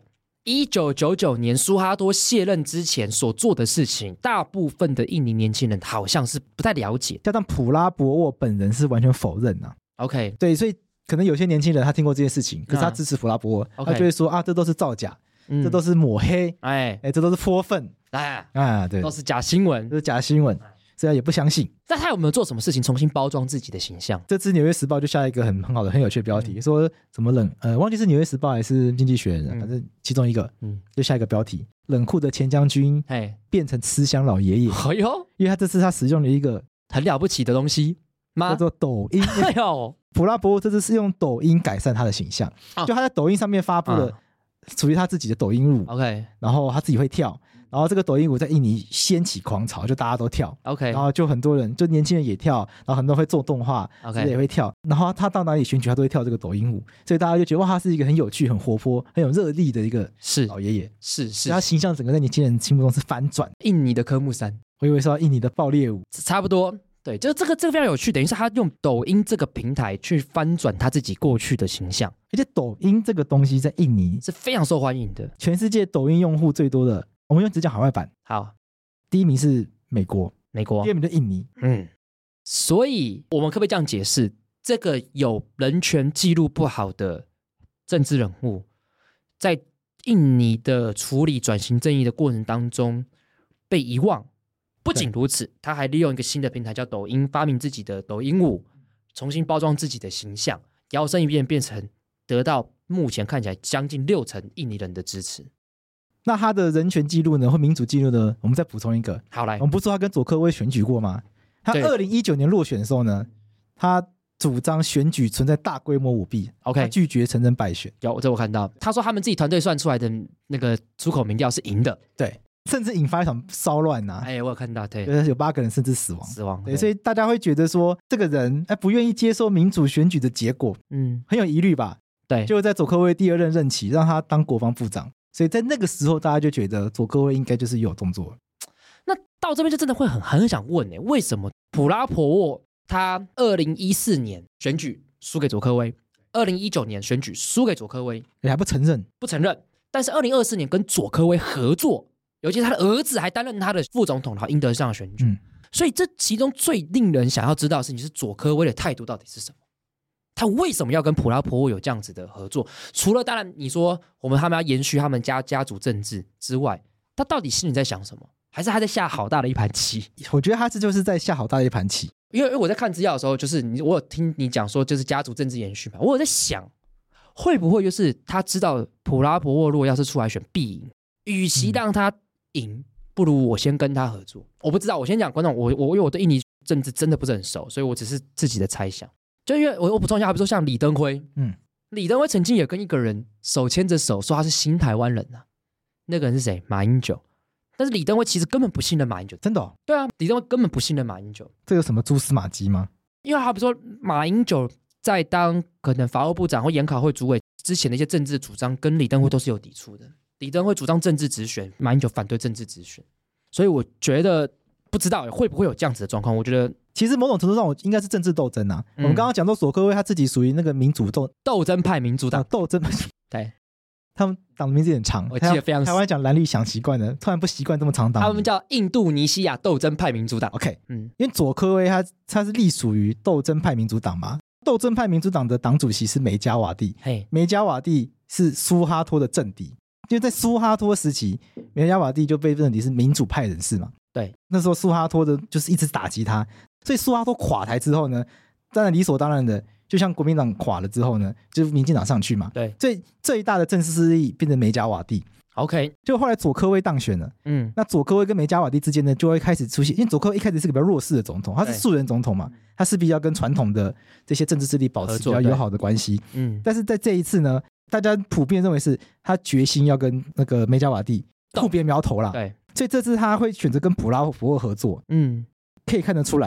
1999年苏哈多卸任之前所做的事情，大部分的印尼年轻人好像是不太了解， 加上普拉博沃本人是完全否认啊。 OK， 对，所以可能有些年轻人他听过这件事情，可是他支持普拉博沃，他就会说啊，这都是造假，这都是抹黑，这都是泼粪，对， 都是假新闻， 都是假新闻，所以也不相信。 但他有没有做什么事情重新包装自己的形象？ 这次《纽约时报》就下一个很好的、很有趣的标题，说什么忘记是《纽约时报》还是《经济学人》，反正其中一个，就下一个标题：冷酷的前将军变成吃香老爷爷。 哎呦， 因为他这次他使用了一个很了不起的东西吗？ 叫做抖音。 哎呦， 普拉博沃这次是用抖音改善他的形象，就他在抖音上面发布了属于他自己的抖音舞，OK， 然后他自己会跳。然后这个抖音舞在印尼掀起狂潮，就大家都跳 ，OK， 然后就很多人，就年轻人也跳，然后很多人会做动画，OK， 也会跳。然后他到哪里选举，他都会跳这个抖音舞，所以大家就觉得哇，他是一个很有趣、很活泼、很有热力的一个老爷爷。 是， 他形象整个在年轻人心目中是翻转。 印尼的科目3， 我以为说印尼的爆裂舞， 差不多。对，就这个非常有趣，等于是他用抖音这个平台去翻转他自己过去的形象， 而且抖音这个东西在印尼是非常受欢迎的， 全世界抖音用户最多的。我们只讲海外版， 好， 第一名是美国，第二名是印尼， 所以我们可不可以这样解释，这个有人权记录不好的政治人物，在印尼的处理转型正义的过程当中被遗忘？不仅如此，他还利用一个新的平台叫抖音，发明自己的抖音舞，重新包装自己的形象，摇身一变变成得到目前看起来将近60%印尼人的支持。 那他的人权记录呢，或民主记录呢？我们再补充一个。 好，来， 我们不是说他跟佐科威选举过吗？他2019年落选的时候呢，他主张选举存在大规模舞弊 ，OK， 他拒绝承认败选。 有，这我看到。他说他们自己团队算出来的那个出口民调是赢的， 对，甚至引发一场骚乱呐。 我有看到，对， 有8个人甚至死亡。 对， 所以大家会觉得说，这个人不愿意接受民主选举的结果，很有疑虑吧？ 对， 就在佐科威第2任任期，让他当国防部长。所以在那个时候，大家就觉得佐科威应该就是有动作了。 那到这边就真的会很想问为什么普拉博沃他2014年选举输给佐科威，2019年选举输给佐科威， 还不承认？ 不承认。但是2024年跟佐科威合作，尤其是他的儿子还担任他的副总统，然后赢得上的选举。所以这其中最令人想要知道的事情是佐科威的态度到底是什么？他为什么要跟普拉博沃有这样子的合作？除了当然你说他们要延续他们家族政治之外，他到底心里在想什么？还是他在下好大的一盘棋？ 我觉得他这就是在下好大的一盘棋。 因为我在看资料的时候，就是我有听你讲说就是家族政治延续嘛，我有在想会不会就是他知道普拉博沃如果要是出来选必赢，与其让他赢，不如我先跟他合作。我不知道，我先讲观众，因为我对印尼政治真的不是很熟，所以我只是自己的猜想。就因为我补充一下，比如说像李登辉，李登辉曾经也跟一个人手牵着手说他是新台湾人啊，那个人是谁？马英九。但是李登辉其实根本不信任马英九， 真的哦？ 对啊，李登辉根本不信任马英九。 这有什么蛛丝马迹吗？ 因为好比说马英九在当可能法务部长或研考会主委之前的一些政治主张，跟李登辉都是有抵触的。李登辉主张政治直选，马英九反对政治直选，所以我觉得不知道会不会有这样子的状况。我觉得。 其实某种程度上，我应该是政治斗争啊。我们刚刚讲到佐科威他自己属于那个民主斗争派民主党， 斗争对， 他们党的名字很长， 我记得非常。 台湾讲蓝绿想习惯了，突然不习惯这么长党。 他们叫印度尼西亚斗争派民主党。 OK， 因为佐科威他是隶属于斗争派民主党嘛。斗争派民主党的党主席是梅加瓦蒂，梅加瓦蒂是苏哈托的政敌，因为在苏哈托时期，梅加瓦蒂就被认为是民主派人士嘛。对，那时候苏哈托的就是一直打击他。所以苏哈托垮台之后呢，当然理所当然的，就像国民党垮了之后呢，就是民进党上去嘛。对，所以最大的正式势力变成梅加瓦蒂。OK， 就后来佐科威当选了。那佐科威跟梅加瓦蒂之间呢，就会开始出现，因为佐科威一开始是个比较弱势的总统，他是素人总统嘛，他势必要跟传统的这些政治势力保持比较友好的关系。但是在这一次呢，大家普遍认为是他决心要跟那个梅加瓦蒂互别苗头啦。对，所以这次他会选择跟普拉博沃合作。可以看得出来，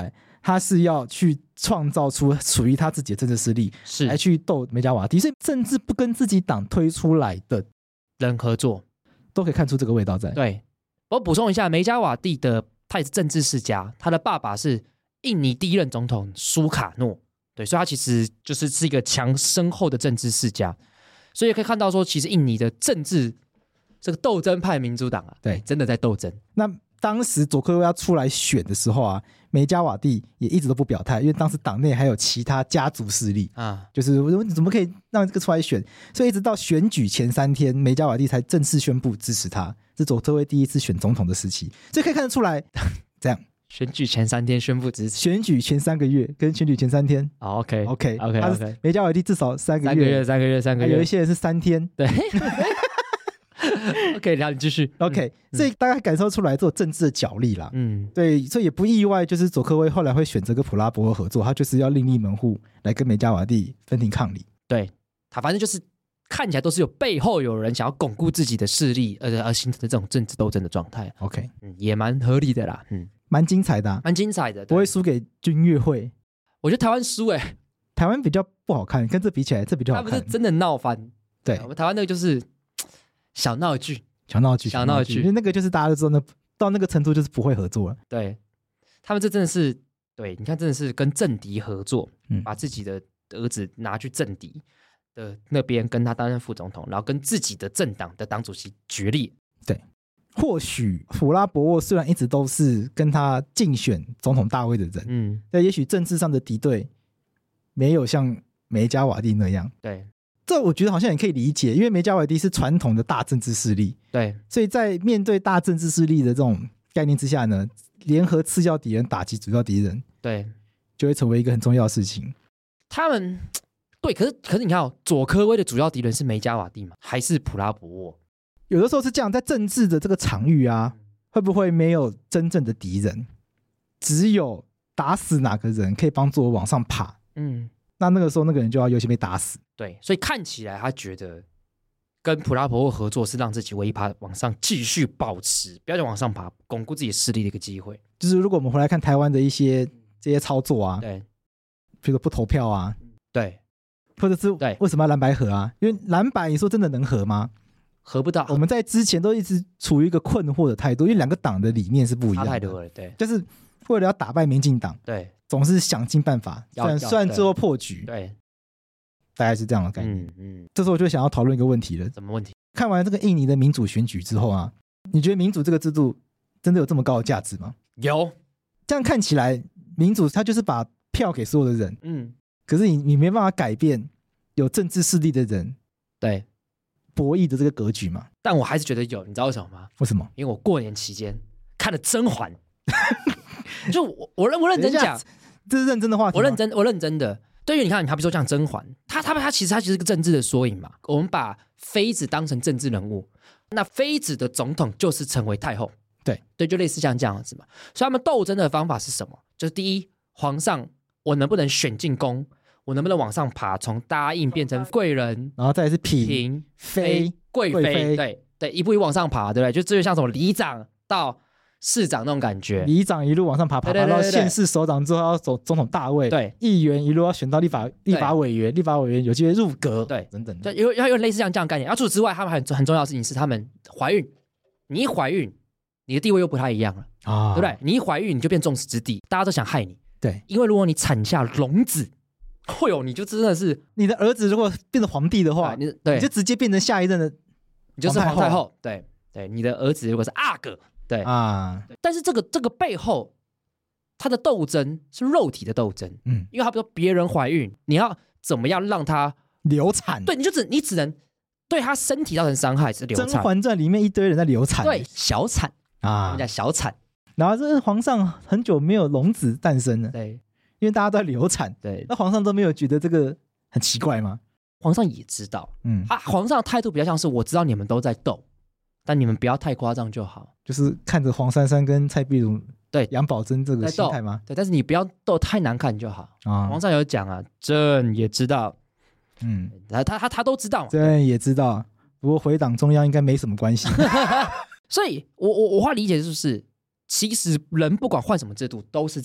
他是要去创造出属于他自己的政治势力， 是来去斗梅加瓦蒂，所以甚至不跟自己党推出来的人合作， 都可以看出这个味道在。 对，我补充一下，梅加瓦蒂他也是政治世家，他的爸爸是印尼第一任总统苏卡诺，对，所以他其实是一个强深厚的政治世家，所以可以看到说，其实印尼的政治这个斗争派民主党啊，对，真的在斗争。 那当时佐科威要出来选的时候啊，梅加瓦蒂也一直都不表态，因为当时党内还有其他家族势力啊，就是你怎么可以让这个出来选？所以一直到选举前3天，梅加瓦蒂才正式宣布支持他，是佐科威第一次选总统的时期，所以可以看得出来，这样。 选举前3天宣布支持， 选举前3个月跟选举前3天。 哦 OK， 他是梅加瓦蒂至少3个月，有一些人是3天。 对。OK， 然后你继续。 OK，所以大概感受出来这种政治的角力啦。对，所以也不意外，就是佐科威后来会选择跟普拉博沃合作，他就是要另立门户来跟梅加瓦蒂分庭抗礼。 对，他反正就是看起来都是背后有人想要巩固自己的势力，而形成的这种政治斗争的状态。 OK， 也蛮合理的啦。 蛮精彩的， 蛮精彩的， 不会输给军乐会。 我觉得台湾输台湾比较不好看，跟这比起来，这比较好看。 他不是真的闹翻， 对， 我们台湾那个就是小闹剧， 因为那个就是大家都知道，到那个程度就是不会合作了。 对，他们这真的是，对，你看真的是跟政敌合作，把自己的儿子拿去政敌的那边跟他担任副总统，然后跟自己的政党的党主席决裂。 对。或许普拉博沃虽然一直都是跟他竞选总统大位的人，但也许政治上的敌对没有像梅加瓦蒂那样。 对， 这我觉得好像也可以理解，因为梅加瓦蒂是传统的大政治势力， 对， 所以在面对大政治势力的这种概念之下呢，联合次要敌人打击主要敌人， 对， 就会成为一个很重要的事情。 他们对，可是你看佐科威的主要敌人是梅加瓦蒂吗？还是普拉博沃？ 有的时候是这样，在政治的这个场域啊，会不会没有真正的敌人，只有打死哪个人可以帮助我往上爬？那个时候那个人就要优先被打死。 对，所以看起来他觉得跟普拉博沃合作是让自己唯一爬往上继续保持，不要再往上爬，巩固自己势力的一个机会。 就是如果我们回来看台湾的这些操作啊， 对， 比如说不投票啊， 对， 或者是为什么要蓝白合啊？因为蓝白你说真的能合吗？ 合不到。 我们在之前都一直处于一个困惑的态度，因为两个党的理念是不一样的， 差太多了。对， 就是为了要打败民进党， 对， 总是想尽办法，虽然最后破局， 对， 大概是这样的概念。这时候我就想要讨论一个问题了。 什么问题？ 看完这个印尼的民主选举之后啊，你觉得民主这个制度真的有这么高的价值吗？ 有。 这样看起来，民主它就是把票给所有的人，可是你没办法改变有政治势力的人，对。博弈的这个格局嘛， 但我还是觉得有，你知道为什么吗？ 为什么？ 因为我过年期间看了《甄嬛》，就我认真讲， 这是认真的话题。 我认真的。对于你看，你比如说像甄嬛，它其实是一个政治的缩影嘛。我们把妃子当成政治人物，那妃子的总统就是成为太后，对，就类似像这样子嘛。所以他们斗争的方法是什么？就是第一，皇上我能不能选进宫？我能不能往上爬，从答应变成贵人， 然后再来是嫔妃贵妃，对，一步一步往上爬，对不对？就这就像什么里长到市长那种感觉， 里长一路往上爬，爬到县市首长之后要走总统大位，对，议员一路要选到立法委员，立法委员有机会入阁，对，等等， 对，有类似这样的概念。除此之外，他们很重要的事情是他们怀孕，你一怀孕，你的地位又不太一样了啊，对不对？你一怀孕你就变众矢之的，大家都想害你，对，因为如果你产下龙子。会有，你就真的是你的儿子如果变成皇帝的话，你就直接变成下一任的， 你就是皇太后。对，你的儿子如果是阿哥，对啊。但是这个背后，他的斗争是肉体的斗争，因为他比如说别人怀孕，你要怎么样让他流产？ 对，你只能对他身体造成伤害是流产。 甄嬛传里面一堆人在流产， 对，小产啊，我们讲小产。 然后这是皇上很久没有龙子诞生了， 对。 因为大家都在流产，对，那皇上都没有觉得这个很奇怪吗？ 皇上也知道，皇上的态度比较像是我知道你们都在斗，但你们不要太夸张就好， 就是看着黄珊珊跟蔡壁如对杨宝珍这个心态吗？ 对，但是你不要斗太难看就好啊。皇上有讲啊，朕也知道，他都知道， 朕也知道，不过回党中央应该没什么关系。 所以我话理解就是，其实人不管换什么制度都是在斗。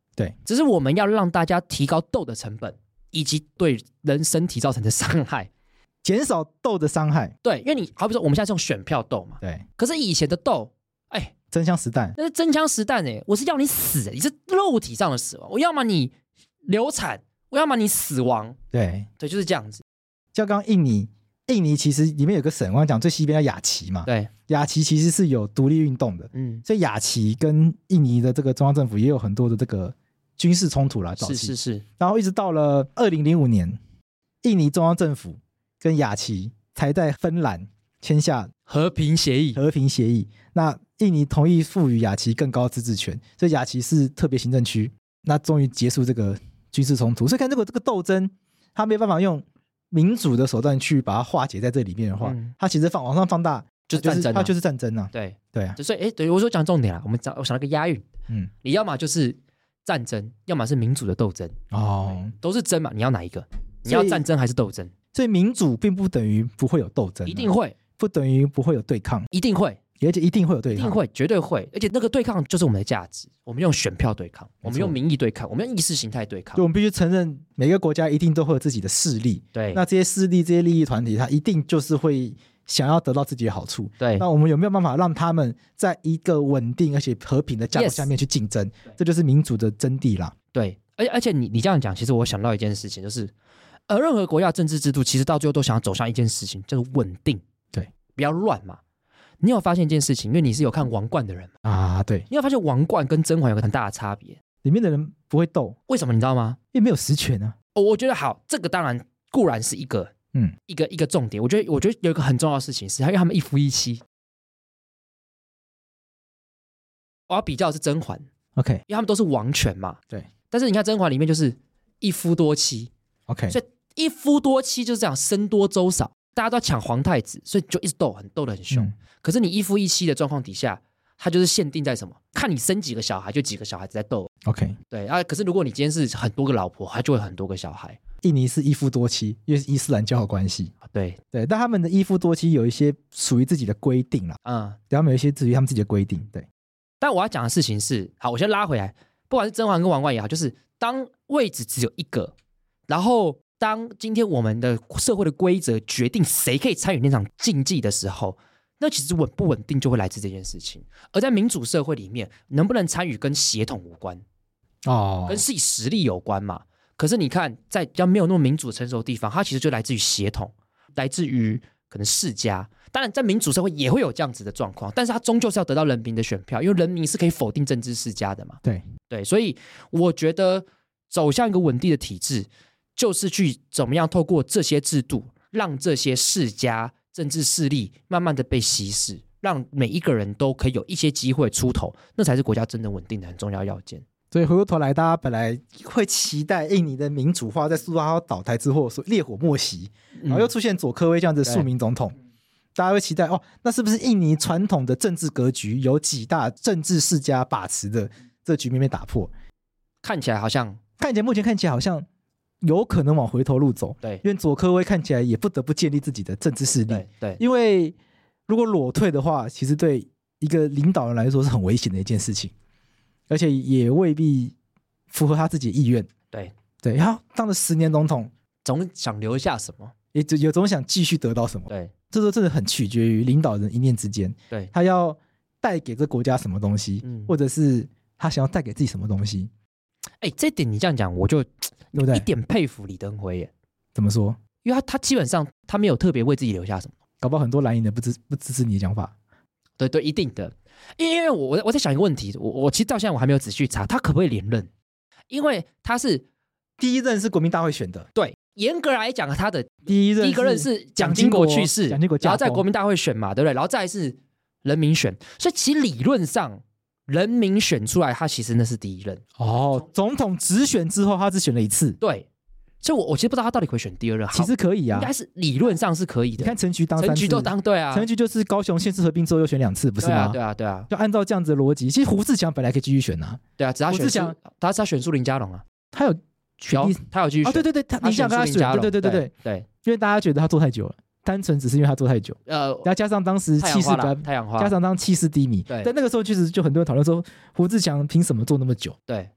对， 只是我们要让大家提高豆的成本，以及对人身体造成的伤害， 减少豆的伤害。 对，因为你好比说我们现在是用选票豆嘛， 对， 可是以前的豆，哎， 真枪实弹， 那是真枪实弹哎，我是要你死，你是肉体上的死亡，我要么你流产，我要么你死亡。 对， 就是这样子。 像刚刚印尼其实里面有个省，我刚讲最西边叫雅琪嘛， 对， 雅琪其实是有独立运动的，所以雅琪跟印尼的这个中央政府也有很多的这个军事冲突啦， 是， 然后一直到了2005年，印尼中央政府跟雅琪才在芬兰签下和平协议。 那印尼同意赋予雅琪更高自治权，所以雅琪是特别行政区，那终于结束这个军事冲突。所以看这个斗争，他没有办法用民主的手段去把它化解在这里面的话，它其实往上放大就是战争， 它就是战争啊。对啊， 所以对我说讲重点啦，我想到个押韵，你要么就是战争，要么是民主的斗争，都是争嘛，你要哪一个？你要战争还是斗争？ 所以民主并不等于不会有斗争， 一定会， 不等于不会有对抗， 一定会。 而且一定会有对抗， 一定会，绝对会，而且那个对抗就是我们的价值。我们用选票对抗，我们用民意对抗，我们用意识形态对抗。 就我们必须承认，每个国家一定都会有自己的势力。 对， 那这些势力、这些利益团体，它一定就是会想要得到自己的好处。 对， 那我们有没有办法让他们在一个稳定而且和平的架构下面去竞争？这就是民主的真谛啦。 对，而且你这样讲，其实我想到一件事情，就是任何国家政治制度其实到最后都想要走向一件事情，就是稳定。 对， 不要乱嘛。你有发现一件事情，因为你是有看王冠的人嘛？ 啊，对， 你有发现王冠跟甄嬛有个很大的差别， 里面的人不会斗， 为什么你知道吗？ 因为没有实权啊。 我觉得好，这个当然固然是一个一个重点。我觉得有一个很重要的事情是，因为他们一夫一妻。我要比较的是甄嬛 ，OK， 因为他们都是王权嘛。 对， 但是你看甄嬛里面就是一夫多妻 ，OK， 所以一夫多妻就是这样，僧多粥少。大家都要抢皇太子，所以就一直斗得很凶。可是你一夫一妻的状况底下，它就是限定在什么？看你生几个小孩，就几个小孩子在斗。 OK， 对啊。可是如果你今天是很多个老婆，它就会很多个小孩。 印尼是一夫多妻，因为是伊斯兰教的关系。 对， 但他们的一夫多妻有一些属于自己的规定啦。他们有一些属于他们自己的规定。对， 但我要讲的事情是，好，我先拉回来，不管是甄嬛跟王冠也好，就是当位置只有一个，然后当今天我们的社会的规则决定谁可以参与那场竞技的时候，那其实稳不稳定就会来自这件事情。而在民主社会里面，能不能参与跟血统无关，跟自己实力有关嘛。可是你看，在比较没有那么民主成熟的地方，它其实就来自于血统，来自于可能世家。当然，在民主社会也会有这样子的状况，但是它终究是要得到人民的选票，因为人民是可以否定政治世家的嘛。对，所以我觉得走向一个稳定的体制，就是去怎么样透过这些制度，让这些世家政治势力慢慢的被稀释，让每一个人都可以有一些机会出头，那才是国家真正稳定的很重要要件。 所以回过头来，大家本来会期待印尼的民主化在苏哈托倒台之后烈火莫熄，然后又出现佐科威这样子的庶民总统，大家会期待那是不是印尼传统的政治格局有几大政治世家把持的这局面被打破？目前看起来好像有可能往回头路走。 对， 因为佐科威看起来也不得不建立自己的政治势力。 对， 因为如果裸退的话，其实对一个领导人来说是很危险的一件事情，而且也未必符合他自己的意愿。对，然后当了10年总统， 总想留下什么， 也总想继续得到什么。 对， 这都真的很取决于领导人一念之间。 对， 他要带给这国家什么东西，或者是他想要带给自己什么东西。 这点你这样讲，我就一点佩服李登辉耶。 怎么说？ 因为他基本上他没有特别为自己留下什么， 搞不好很多蓝营的不支持你的讲法。 对，一定的。因为我在想一个问题，我其实到现在我还没有仔细查他可不可以连任，因为他是第一任是国民大会选的。 对，严格来讲，他的第一个任是蒋经国去世， 蒋经国然后在国民大会选嘛，对不对？然后再来是人民选，所以其实理论上人民选出来，他其实那是第一任。 总统直选之后，他只选了一次。 对，所以我其实不知道他到底可以选第二任。 其实可以啊， 应该是理论上是可以的。 你看陈菊当3次， 陈菊都当，对啊， 陈菊就是高雄县市合并之后又选2次，不是吗？ 对啊。 就按照这样子的逻辑，其实胡志强本来可以继续选啊。 对啊，只要他选出林佳龙啊， 他有继续选。 对，你想跟他选，对，因为大家觉得他做太久了。单纯只是因为他做太久，然后加上当时气势太阳花， 加上当气势低迷， 对， 但那个时候其实就很多人讨论说胡志强凭什么做那么久？ 对，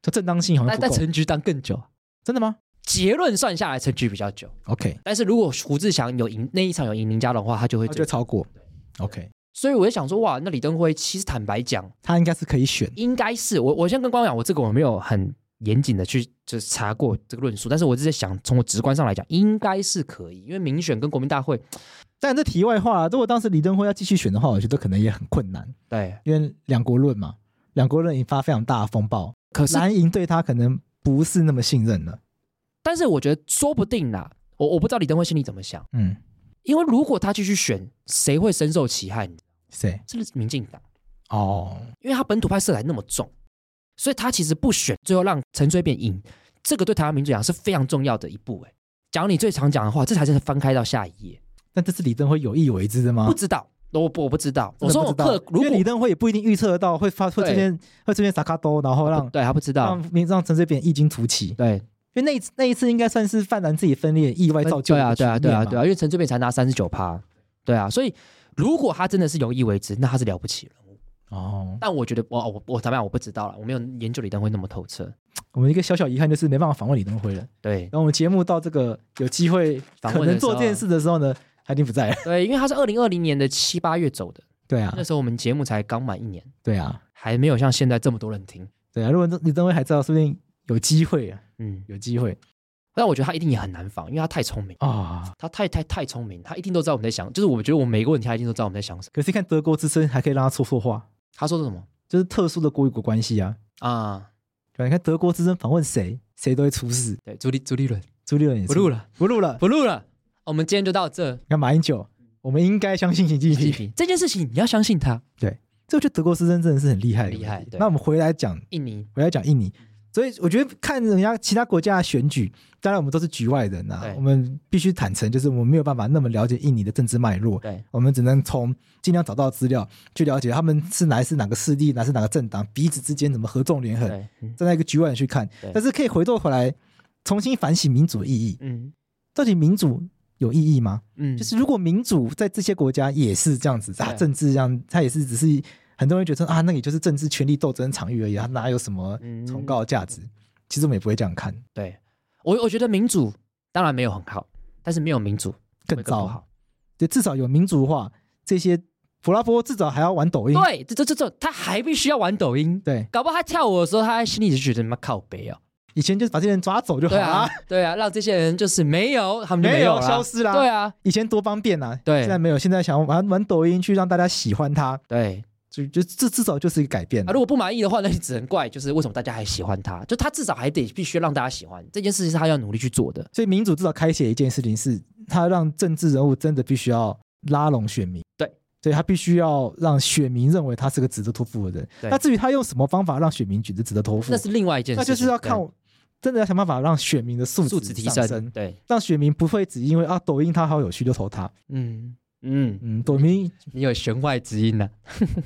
就正当性好像不够。 但陈局当更久， 真的吗？ 结论算下来，陈局比较久。 OK， 但是如果胡志强有赢那一场有赢林佳龙的话，他就会超过。OK， 所以我就想说，哇，那李登辉其实坦白讲， 他应该是可以选， 应该是我先跟光讲，我这个我没有很严谨的去就是查过这个论述，但是我是在想，从我直观上来讲，应该是可以，因为民选跟国民大会。 但这题外话，如果当时李登辉要继续选的话，我觉得可能也很困难。 对， 因为两国论嘛，两国论引发非常大的风暴， 可是蓝营对他可能不是那么信任了。 但是我觉得说不定啦，我不知道李登辉心里怎么想。因为如果他继续选，谁会深受其害？ 谁？ 是民进党哦， 因为他本土派色彩那么重，所以他其实不选，最后让陈水扁赢，这个对台湾民主党是非常重要的一步。讲你最常讲的话，这才是翻开到下一页。 但这是李登辉有意为之的吗？ 不知道，我不知道。我说因为李登辉也不一定预测得到会出现萨卡多，然后对他不知道让陈水扁异军突起。 对。 因为那一次应该算是泛蓝自己分裂意外造就的局面嘛。 对啊，因为陈水扁才拿39%，对啊，所以如果他真的是有意为之，那他是了不起人物哦。但我觉得我坦白讲我不知道了，我没有研究李登辉那么透彻。 我们一个小小遗憾就是没办法访问李登辉了。 对， 然后我们节目到这个有机会可能做这件事的时候呢，他已经不在了。 对，因为他是2020年的7、8月走的。 对啊， 那时候我们节目才刚满1年。对啊， 还没有像现在这么多人听。 对啊，如果李登辉还知道，说不定有机会啊。有机会。 但我觉得他一定也很难防，因为他太聪明啊，他太聪明，他一定都知道我们在想，就是我觉得我每个问题他一定都知道我们在想什么。 可是看德国之声还可以让他说话， 他说的什么？ 就是特殊的国与国关系啊。对，你看德国之声访问谁都会出事。 对，朱立伦也是不录了。 我们今天就到这。 你看马英九，我们应该相信习近平这件事情，你要相信他。 对，这我觉得德国之声真的是很厉害。那我们回来讲印尼。所以我觉得看人家其他国家的选举，当然我们都是局外人啊，我们必须坦诚，就是我们没有办法那么了解印尼的政治脉络，我们只能从尽量找到资料去了解他们是哪个势力，哪个政党，彼此之间怎么合纵连横，站在一个局外人去看，但是可以回过头来重新反省民主的意义。到底民主有意义吗？就是如果民主在这些国家也是这样子政治这样，它也是只是。很多人觉得那也就是政治权力斗争场域而已，它哪有什么崇高的价值？其实我们也不会这样看。 对，我觉得民主当然没有很好，但是没有民主更糟。对，至少有民主的话，这些普拉波至少还要玩抖音。 对，这他还必须要玩抖音。 对， 搞不好他跳舞的时候，他心里就觉得妈靠北啊。 以前就是把这些人抓走就好了。 对啊，让这些人就是没有，他们就没有消失啦。 对啊， 以前多方便啊。 对， 现在没有，现在想玩抖音去让大家喜欢他。 对。 就至少就是一个改变。 如果不满意的话，那你只能怪就是为什么大家还喜欢他，就他至少还得必须让大家喜欢这件事情，是他要努力去做的。 所以民主至少开启一件事情，是他让政治人物真的必须要拉拢选民。 对， 所以他必须要让选民认为他是个值得托付的人。那至于他用什么方法让选民觉得值得托付， 那是另外一件事。 那就是要看，真的要想办法让选民的素质提升。 对， 让选民不会只因为抖音它好有趣就投他。抖音你有弦外之音呢。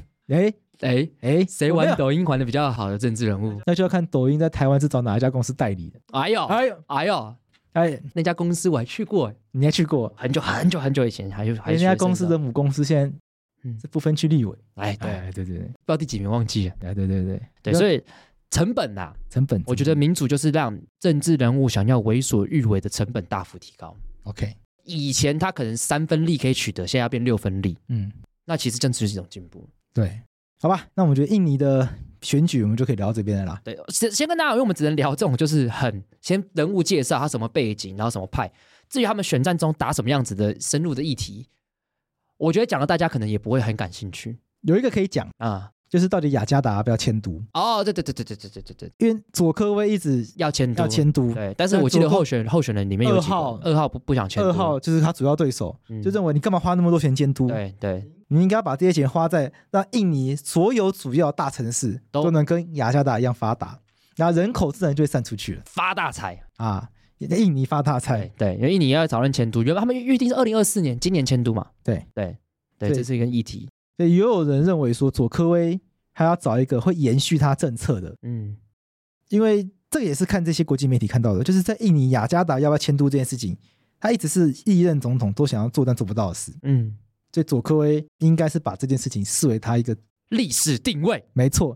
谁玩抖音玩的比较好的政治人物？ 那就要看抖音在台湾是找哪一家公司代理的。 那家公司我还去过。 你还去过？ 很久以前，还那家公司的母公司现在是不分区立委。 对，不知道第几名忘记了。对，所以成本，我觉得民主就是让政治人物想要为所欲为的成本大幅提高。 OK， 以前他可能3分力可以取得，现在要变6分力。那其实这就是一种进步。 对。好吧，那我们觉得印尼的选举我们就可以聊到这边了啦。 对，先跟大家，因为我们只能聊这种就是先人物介绍，他什么背景，然后什么派。至于他们选战中打什么样子的深入的议题，我觉得讲了大家可能也不会很感兴趣。 有一个可以讲啊，就是到底雅加达要不要迁都？ 哦，对， 因为佐科威一直要迁都， 对，但是我记得候选人里面有2号不想迁都，2 号就是他主要对手，就认为你干嘛花那么多钱监督？ 对。 你应该把这些钱花在让印尼所有主要大城市都能跟雅加达一样发达，然后人口自然就会散出去了， 发大财啊！ 印尼发大财， 对，因为印尼要讨论迁都，原本他们预定是2024年，今年迁都嘛，对，这是一个议题。 所以也有人认为说佐科威还要找一个会延续他政策的，因为这个也是看这些国际媒体看到的，就是在印尼雅加达要不要迁都这件事情，他一直是历任总统都想要做但做不到的事，所以佐科威应该是把这件事情视为他一个历史定位， 没错，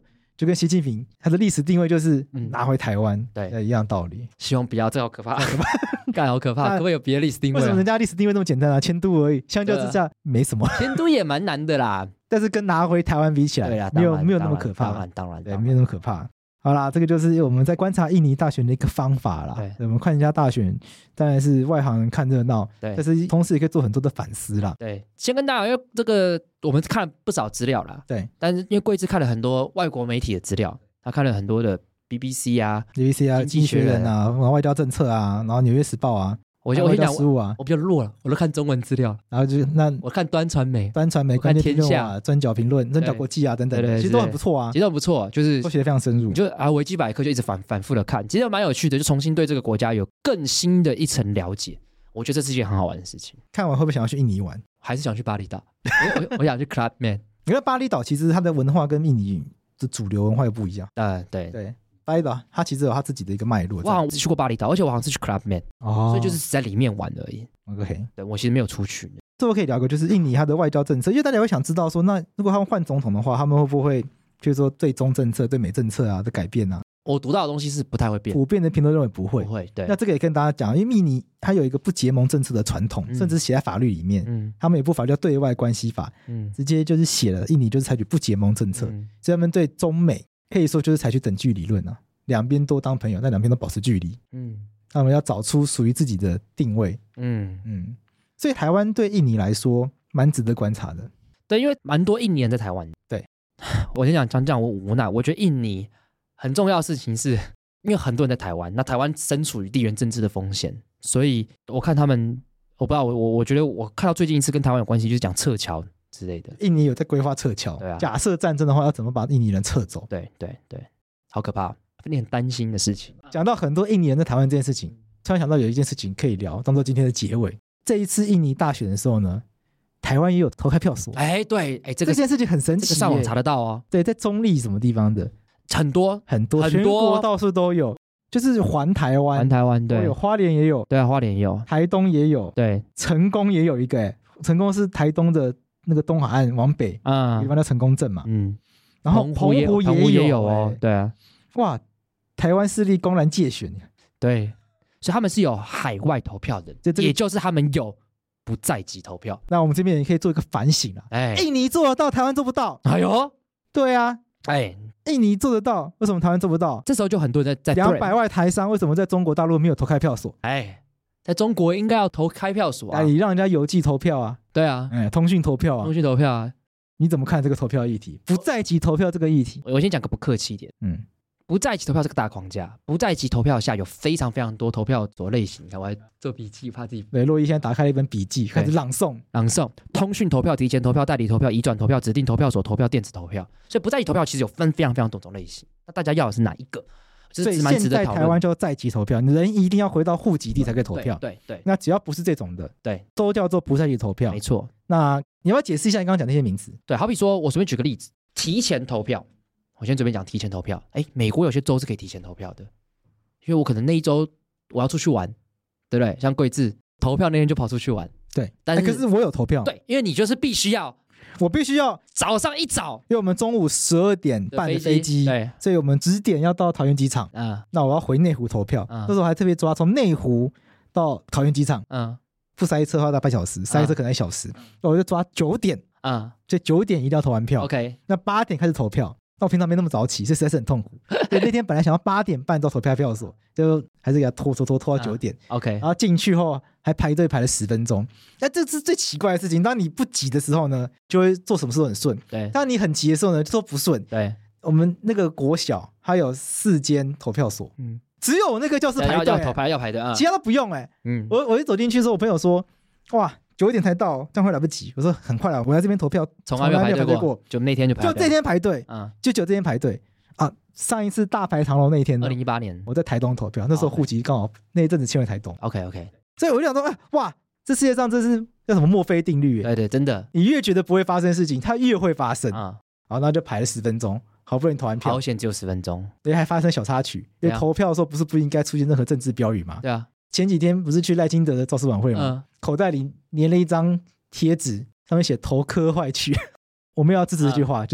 就跟习近平他的历史定位就是拿回台湾，对，一样道理。 希望不要，这好可怕，干好可怕，可不可以有别的历史定位？ 为什么人家历史定位那么简单啊？迁都而已，相较之下没什么。 迁都也蛮难的啦，但是跟拿回台湾比起来，没有那么可怕。 当然， 对，没有那么可怕。好啦，这个就是我们在观察印尼大选的一个方法啦。对，我们看人家大选，当然是外行人看热闹，对，但是同时也可以做很多的反思啦。 对，先跟大家，因为这个我们看了不少资料啦，对，但是因为贵志看了很多外国媒体的资料，他看了很多的 BBC 啊、经济学人啊，然后外交政策啊，然后纽约时报啊。我先讲我比较弱了，我都看中文资料，然后就我看端传媒、看天下、转角评论、转角国际啊等等，其实都很不错啊，其实都不错，就是都写得非常深入。就维基百科就一直反复的看，其实蛮有趣的，就重新对这个国家有更新的一层了解。我觉得这是一件很好玩的事情。看完会不会想要去印尼玩？还是想去巴厘岛？我想去 Clubman。因为巴厘岛其实它的文化跟印尼的主流文化又不一样。对。巴厘岛它其实有它自己的一个脉络。我好像是去过巴厘岛，而且我好像是去 Clubman，所以就是只在里面玩而已。OK， 对，我其实没有出去。这我可以聊个，就是印尼它的外交政策，因为大家会想知道说，那如果他们换总统的话，他们会不会譬如说对中政策、对美政策啊的改变啊？我读到的东西是不太会变，普遍的评论认为不会。对。那这个也跟大家讲，因为印尼它有一个不结盟政策的传统，甚至写在法律里面。他们有部法叫对外关系法，直接就是写了印尼就是采取不结盟政策，所以他们对中美可以说就是采取等距理论啊。两边都当朋友，但两边都保持距离。他们要找出属于自己的定位。所以台湾对印尼来说蛮值得观察的。对，因为蛮多印尼人在台湾。对，我先讲我无奈。我觉得印尼很重要的事情是，因为很多人在台湾，那台湾身处于地缘政治的风险，所以我看他们，我不知道，我觉得我看到最近一次跟台湾有关系，就是讲撤侨之类的。印尼有在规划撤侨。对啊。假设战争的话，要怎么把印尼人撤走？对，好可怕。你很担心的事情。讲到很多印尼人在台湾这件事情，突然想到有一件事情可以聊，当做今天的结尾。这一次印尼大选的时候呢，台湾也有投开票所。对，这件事情很神奇，上网查得到哦。对，在中立什么地方的，很多，全国到处都有，就是环台湾，对，有花莲也有，对啊，花莲也有，台东也有，对，成功也有一个，成功是台东的那个东海岸往北啊，地方叫成功镇嘛，然后澎湖也有哦，对啊，哇。台湾势力公然介选，对，所以他们是有海外投票的，也就是他们有不在籍投票。那我们这边也可以做一个反省啊，印尼做得到，台湾做不到。哎呦，对啊，印尼做得到，为什么台湾做不到？这时候就很多人在200万台商为什么在中国大陆没有投开票所？在中国应该要投开票所啊，你让人家邮寄投票啊，对啊，通讯投票啊，你怎么看这个投票议题？不在籍投票这个议题，我先讲个不客气一点，不在籍投票这个大框架，不在籍投票下有非常非常多投票所类型。你看，我还做笔记，怕自己。对，洛伊现在打开了一本笔记，开始朗诵。通讯投票、提前投票、代理投票、移转投票、指定投票所投票、电子投票。所以不在籍投票其实有分非常非常多种类型。那大家要的是哪一个？所以现在台湾叫在籍投票，人一定要回到户籍地才可以投票。对。那只要不是这种的，对，都叫做不在籍投票。没错。那你要不要解释一下你刚刚讲那些名词？对，好比说我随便举个例子，提前投票。我先随便讲提前投票，美国有些州是可以提前投票的，因为我可能那一周我要出去玩，对不对？像贵志投票那天就跑出去玩，对。但是可是我有投票，对，因为你就是我必须要早上一早，因为我们中午12点半的飞机，对，所以我们10点要到桃园机场，那我要回内湖投票，那时候还特别抓从内湖到桃园机场，不塞车的话大概半小时，塞车可能1小时，那我就抓9点，就9点一定要投完票 ，OK， 那8点开始投票。那我平常没那么早起，所以实在是很痛苦。对，那天本来想要8点半到投票所，就还是给他拖到9点。OK， 然后进去后还排队排了10分钟。那这是最奇怪的事情。当你不急的时候呢，就会做什么事都很顺。对，当你很急的时候呢，就说不顺。对，我们那个国小它有4间投票所，只有那个教室排队要排队啊，其他都不用我一走进去的时候，我朋友说，哇。9点才到，这样会来不及。我说很快了，我在这边投票，从来没有排队过，就那天就排队，就这天排队，就这天排队啊。上一次大排长龙那一天，2018年，我在台东投票，那时候户籍刚好那一阵子迁回台东。OK， 所以我就想说，哇，这世界上这是叫什么墨菲定律？对，真的，你越觉得不会发生的事情，它越会发生啊。然后那就排了10分钟，好不容易投完票，好险只有10分钟，对，还发生小插曲，因为投票的时候不是不应该出现任何政治标语吗？对啊。前几天不是去赖清德的造势晚会吗？口袋里粘了一张贴纸，上面写投科坏去。我们要支持这句话，就是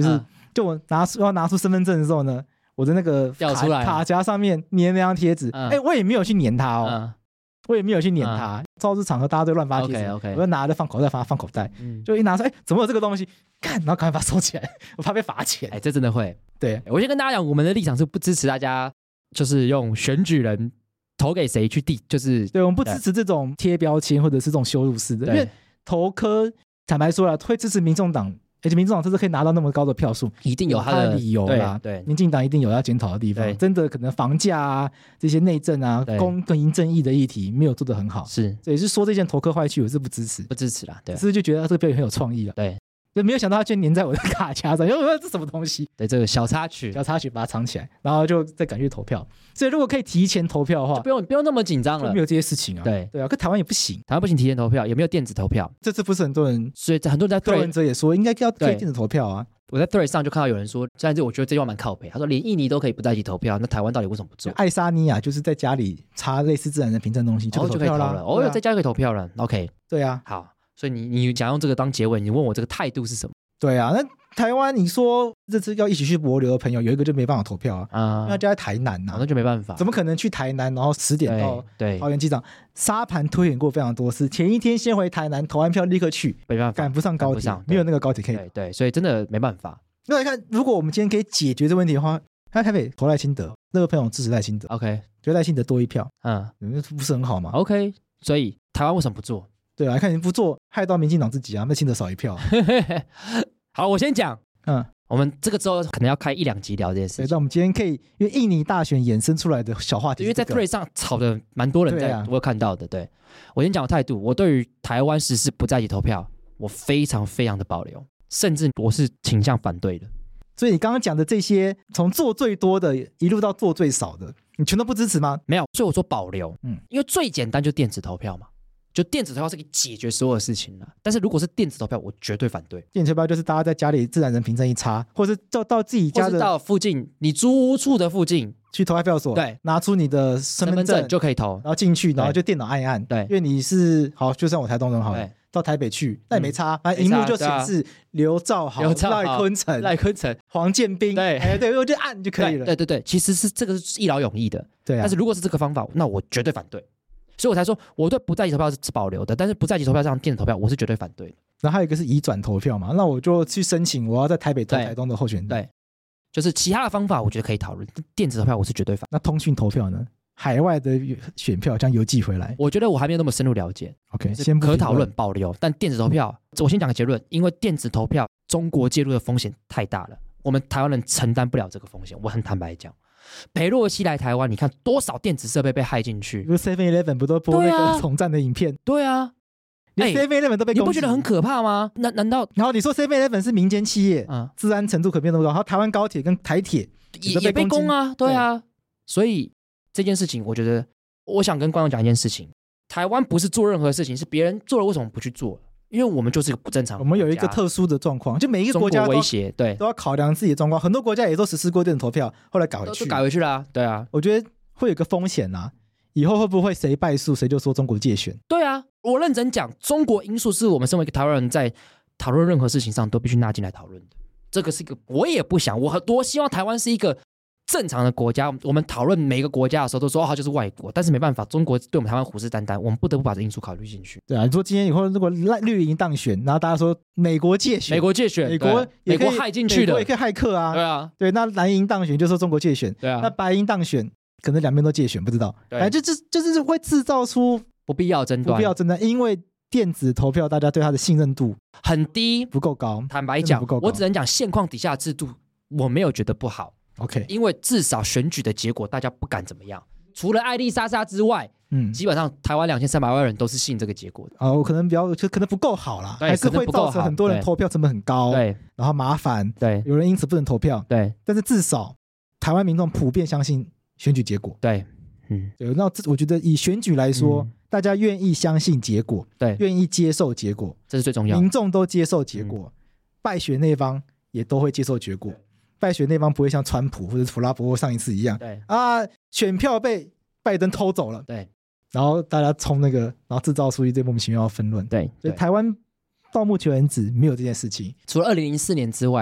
就我要拿出身份证的时候呢，我的那个卡夹上面粘那张贴纸，我也没有去粘它哦，我也没有去粘它。招致场合大家都乱发贴纸，我就拿着放口袋，放口袋，就一拿出，怎么有这个东西？干，然后赶快把它收起来，我怕被罚钱。 这真的会。 对， 我先跟大家讲，我们的立场是不支持大家就是用选举人投给谁去就是对，我们不支持这种贴标签或者是这种羞辱式的，因为投科坦白说了，会支持民众党。而且民众党这次可以拿到那么高的票数， 一定有他的理由啦。 对， 民进党一定有要检讨的地方。真的可能房价啊、这些内政啊、公平正义的议题没有做得很好。 是， 所以是说这件投科坏去，我是不支持啦。对， 只是就觉得这个标语很有创意了。 对， 就没有想到他居然粘在我的卡夹上，因为这什么东西？ 对，这个小插曲把它藏起来，然后就再赶去投票。所以如果可以提前投票的话， 就不用那么紧张了， 没有这些事情啊。对啊，可台湾也不行， 台湾不行提前投票，也没有电子投票。 这次不是很多人， 所以很多人在柯文哲也说应该可以电子投票啊。 我在 Thread 上就看到有人说，但是我觉得这句话蛮靠北。他说连印尼都可以不在一起投票，那台湾到底为什么不做？ 爱沙尼亚就是在家里插类似自然人凭证东西就可以投了。 在家就可以投票了。OK， 对啊， 好，所以你想用这个当结尾，你问我这个态度是什么？ 对啊，那台湾你说这次要一起去帛琉的朋友有一个就没办法投票啊，因为就在台南呐， 那就没办法， 怎么可能去台南然后10点到桃园机场？沙盘推演过非常多次，前一天先回台南投完票立刻去， 没办法， 赶不上高铁，没有那个高铁可以。 对，所以真的没办法。 那来看，如果我们今天可以解决这问题的话，他台北投赖清德，那个朋友支持赖清德 ，OK， 觉得赖清德多一票，不是很好吗 ？OK， 所以台湾为什么不做？ 对啊，看你不做，害到民进党自己啊，那清德少一票。 好，我先讲，我们这个之后可能要开1-2集聊这件事情。 那我们今天可以，因为印尼大选衍生出来的小话题， 因为在 Thread 上吵的蛮多人在，我有看到的。对，我先讲我态度，我对于台湾实施不在一起投票，我非常非常的保留，甚至我是倾向反对的。 所以你刚刚讲的这些，从做最多的一路到做最少的，你全都不支持吗？ 没有，所以我说保留。因为最简单就电子投票嘛。就电子投票是可以解决所有的事情了，但是如果是电子投票，我绝对反对。 电子投票就是大家在家里自然人凭证一插，或者是到自己家的， 或是到附近你租屋处的附近去投开票所， 对， 拿出你的身份证就可以投， 然后进去，然后就电脑按一按， 对， 因为你是好，就算我台东人好了，到台北去，那也没差，反正荧幕就显示刘兆豪、赖坤成、黄建斌，对，我就按就可以了。 对，其实是这个是一劳永逸的， 对啊。 但是如果是这个方法，那我绝对反对。所以我才说我对不在籍投票是保留的，但是不在籍投票上电子投票我是绝对反对的。 然后还有一个是移转投票嘛，那我就去申请我要在台北投台东的候选人。 对，就是其他的方法我觉得可以讨论，电子投票我是绝对反对。 那通讯投票呢？海外的选票将邮寄回来， 我觉得我还没有那么深入了解。 OK， 先可讨论保留，但电子投票我先讲个结论，因为电子投票中国介入的风险太大了，我们台湾人承担不了这个风险，我很坦白讲。裴洛西来台湾，你看多少电子设备被害进去？ 比如 7-Eleven 不都播那个统战的影片？ 对啊， 连 7-Eleven 都被攻击， 你不觉得很可怕吗？难道？ 然后你说 7-Eleven 是民间企业，治安程度可变那么高，然后台湾高铁跟台铁也被攻啊，对啊。所以这件事情，我觉得我想跟观众讲一件事情：台湾不是做任何事情，是别人做了为什么不去做？因为我们就是一个不正常的国家， 我们有一个特殊的状况，就每一个国家威胁，对， 都要考量自己的状况。很多国家也都实施过电子投票，后来改回去， 都改回去了，对啊。 我觉得会有一个风险啊，以后会不会谁败诉谁就说中国介选？ 对啊，我认真讲，中国因素是我们身为一个台湾人在讨论任何事情上都必须纳进来讨论的。这个是一个，我也不想，我多希望台湾是一个正常的国家。我们讨论每个国家的时候都说它就是外国，但是没办法，中国对我们台湾虎视眈眈，我们不得不把这因素考虑进去。 对啊，你说今天以后如果绿营当选，然后大家说美国介选， 美国害进去的， 美国也可以骇客啊。 对啊， 对，那蓝营当选就说中国介选， 对啊， 那白营当选可能两边都介选，不知道，反正就是会制造出不必要争端， 因为电子投票大家对它的信任度很低， 不够高。 坦白讲，我只能讲现况底下的制度，我没有觉得不好。 OK， 因为至少选举的结果大家不敢怎么样，除了艾丽莎莎之外，基本上台湾2300万人都是信这个结果的。 哦，可能可能不够好啦，还是会造成很多人投票成本很高， 对， 然后麻烦， 对， 有人因此不能投票， 对。 但是至少台湾民众普遍相信选举结果， 对， 对。那我觉得以选举来说，大家愿意相信结果， 对， 愿意接受结果， 这是最重要的。 民众都接受结果，败选那方也都会接受结果。败选那方不会像川普或者普拉博上一次一样， 对啊，选票被拜登偷走了， 对， 然后大家冲那个，然后制造出一堆莫名其妙的纷乱， 对。 所以台湾到目前为止没有这件事情， 除了2004年之外啦，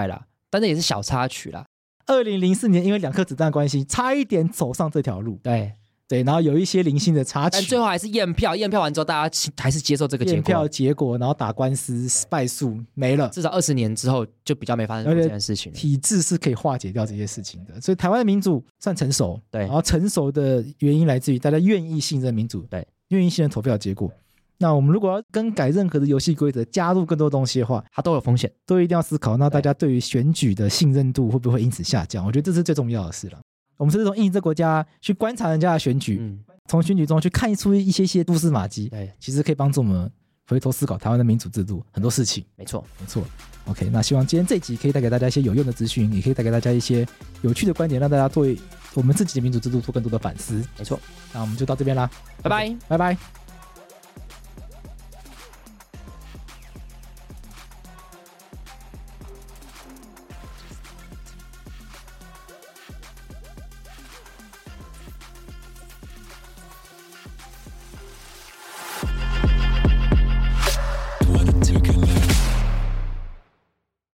但这也是小插曲啦。 2004年因为2颗子弹的关系，差一点走上这条路。对，然后有一些零星的插曲， 但最后还是验票完之后，大家还是接受这个结果。 验票结果，然后打官司败诉没了。 至少20年之后就比较没发生过这件事情。 体制是可以化解掉这些事情的，所以台湾的民主算成熟。 对， 然后成熟的原因来自于大家愿意信任民主， 对， 愿意信任投票结果。那我们如果要更改任何的游戏规则，加入更多东西的话， 它都有风险， 都一定要思考。那大家对于选举的信任度会不会因此下降？我觉得这是最重要的事了。我们是从印这国家去观察人家的选举，从选举中去看出一些蛛丝马迹，其实可以帮助我们回头思考台湾的民主制度很多事情。 没错。 OK， 那希望今天这一集可以带给大家一些有用的资讯，也可以带给大家一些有趣的观点，让大家对我们自己的民主制度做更多的反思。 没错。 那我们就到这边啦， 拜拜， 拜拜。